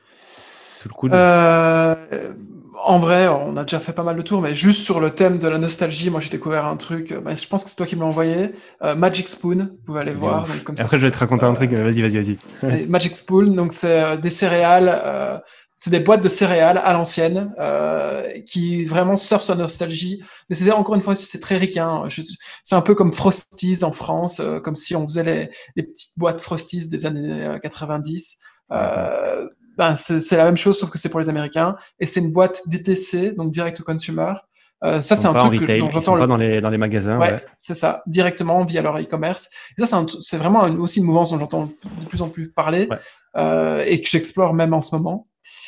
sous le coude?
Euh, En vrai, on a déjà fait pas mal de tours, mais juste sur le thème de la nostalgie, moi j'ai découvert un truc, euh, bah, je pense que c'est toi qui me l'as envoyé, euh, Magic Spoon, vous pouvez aller
De
voir, donc
ouf.
comme
Et
ça,
après, je vais
c'est,
te raconter un
euh,
truc, mais vas-y, vas-y, vas-y.
et Magic Spoon, donc c'est euh, des céréales, euh, c'est des boîtes de céréales à l'ancienne, euh, qui vraiment surfent sur la nostalgie, mais c'est encore une fois, c'est très ricain, je- c'est un peu comme Frosties en France, euh, comme si on faisait les, les petites boîtes Frosties des années euh, quatre-vingt-dix,
Exactement.
euh, ben c'est c'est la même chose, sauf que c'est pour les Américains, et c'est une boîte D T C, donc direct to consumer. Euh,
Ils
ça, c'est
sont
un
pas en
truc que-
retail,
dont
ils
j'entends
sont pas
le,
dans les, dans les magasins,
ouais,
ouais.
c'est ça, directement via leur e-commerce. Et ça, c'est, un- c'est vraiment une- aussi une mouvance dont j'entends de plus en plus parler,
Ouais.
euh, et que j'explore même en ce moment.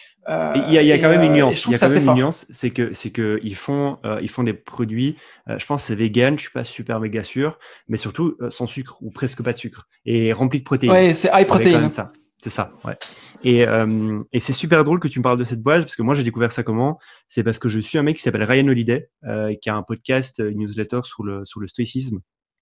Et Il y
Euh,
a, il y a quand
et,
même une
euh, et je
nuance. Il
trouve
y
que
a
c'est
quand
assez
même une
fort.
nuance, c'est que c'est que ils font euh, ils font des produits. Euh, je pense que c'est vegan, je suis pas super méga sûr, mais surtout euh, sans sucre ou presque pas de sucre et rempli de protéines.
Ouais, c'est high
Il y avait quand même
protein.
ça. C'est ça, ouais. Et, euh, et c'est super drôle que tu me parles de cette boîte parce que moi j'ai découvert ça comment? C'est parce que je suis un mec qui s'appelle Ryan Holiday, euh, qui a un podcast, une newsletter sur le sur le stoïcisme.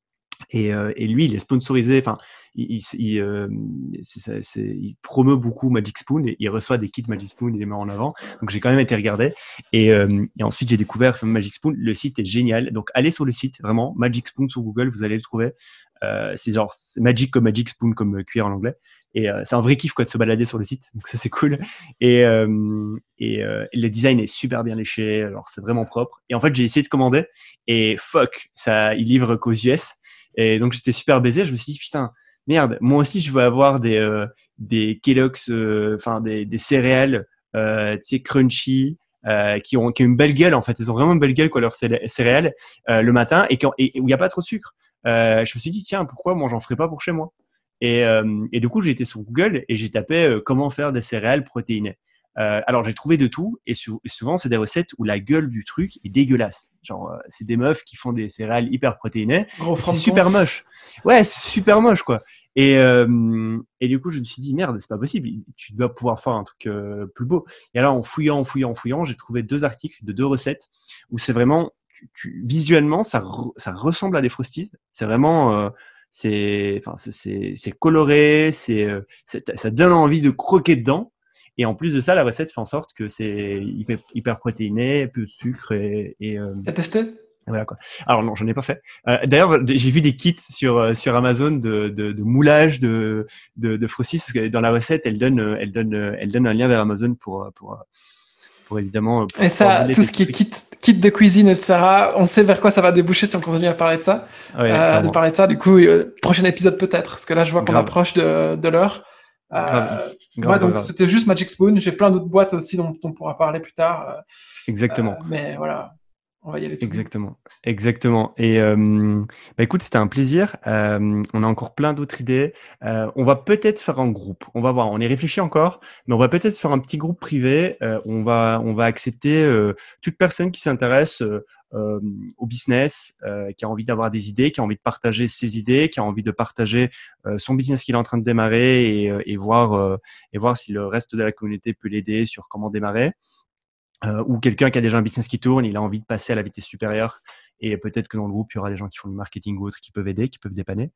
Et, euh, et lui, il est sponsorisé, enfin, il, il, il, euh, c'est, c'est, c'est, il promeut beaucoup Magic Spoon et il reçoit des kits Magic Spoon, il les met en avant. Donc j'ai quand même été regarder. Et, euh, et ensuite, j'ai découvert Magic Spoon. Le site est génial. Donc allez sur le site, vraiment, Magic Spoon sur Google, vous allez le trouver. Euh, c'est genre c'est Magic comme Magic Spoon, comme euh, cuillère en anglais. Et euh, c'est un vrai kiff quoi de se balader sur le site. Donc ça, c'est cool. Et, euh, et, euh, et le design est super bien léché. Alors c'est vraiment propre. Et en fait, j'ai essayé de commander et fuck, ça, il livre qu'aux U S. Et donc j'étais super baisé. Je me suis dit putain, merde, moi aussi je veux avoir des euh, des Kellogg's, enfin euh, des, des céréales, euh, tu sais crunchy, euh, qui ont qui ont une belle gueule en fait. Ils ont vraiment une belle gueule quoi leurs céréales euh, le matin et, quand, et, et où il y a pas trop de sucre. Euh, je me suis dit tiens pourquoi moi j'en ferais pas pour chez moi. Et, euh, et du coup j'ai été sur Google et j'ai tapé euh, comment faire des céréales protéinées. Euh, alors j'ai trouvé de tout et, sou- et souvent c'est des recettes où la gueule du truc est dégueulasse. Genre euh, c'est des meufs qui font des céréales hyper protéinées
Gros
et c'est
fronton.
super moche. Ouais, c'est super moche quoi. Et euh, et du coup je me suis dit merde c'est pas possible. Tu dois pouvoir faire un truc euh, plus beau. Et alors en fouillant, en fouillant, en fouillant, j'ai trouvé deux articles de deux recettes où c'est vraiment tu, tu- visuellement ça re- ça ressemble à des frosties. C'est vraiment euh, c'est enfin c'est c'est c'est coloré, c'est euh, c'est- ça donne envie de croquer dedans. Et en plus de ça, la recette fait en sorte que c'est hyper, hyper protéiné, peu de sucre et, et, euh,
T'as testé?
voilà quoi. Alors non, j'en ai pas fait. Euh, D'ailleurs, j'ai vu des kits sur euh, sur Amazon de, de, de moulage de de, de Frosty parce que dans la recette, elle donne euh, elle donne euh, elle donne un lien vers Amazon pour euh, pour euh, pour évidemment euh,
Et
pour pouvoir
ça,
mouler
tout
tes
ce qui est
trucs.
kit, kit de cuisine, et cetera, on sait vers quoi ça va déboucher si on continue à parler de ça.
Ouais,
Euh, de
clairement.
parler de ça, du coup, euh, prochain épisode peut-être, parce que là, je vois qu'on
Grave,
approche de, de l'heure.
grave,
Euh,
grave,
ouais,
grave,
donc
grave.
c'était juste Magic Spoon. J'ai plein d'autres boîtes aussi dont on pourra parler plus tard. Euh,
Exactement.
euh, mais voilà, on va y aller tout doux.
Exactement, exactement. Et euh, bah écoute, c'était un plaisir. Euh, on a encore plein d'autres idées. Euh, on va peut-être faire un groupe. On va voir. On y réfléchit encore, mais on va peut-être faire un petit groupe privé. Euh, on va, on va accepter euh, toute personne qui s'intéresse euh, euh, au business, euh, qui a envie d'avoir des idées, qui a envie de partager ses idées, qui a envie de partager euh, son business qu'il est en train de démarrer et, euh, et voir euh, et voir si le reste de la communauté peut l'aider sur comment démarrer. Euh, ou quelqu'un qui a déjà un business qui tourne, il a envie de passer à la vitesse supérieure et peut-être que dans le groupe, il y aura des gens qui font du marketing ou autres qui peuvent aider, qui peuvent dépanner.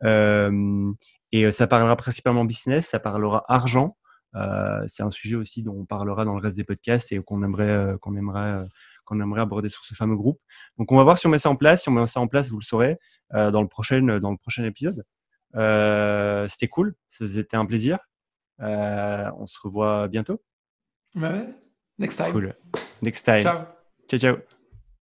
Euh, et ça parlera principalement business, ça parlera argent. Euh, c'est un sujet aussi dont on parlera dans le reste des podcasts et qu'on aimerait, euh, qu'on aimerait, euh, qu'on aimerait aborder sur ce fameux groupe. Donc, on va voir si on met ça en place. Si on met ça en place, vous le saurez euh, dans le prochain, dans le prochain épisode. Euh, c'était cool, c'était un plaisir. Euh, on se revoit bientôt.
Ouais, next time.
Cool. Next time.
Ciao.
Ciao, ciao.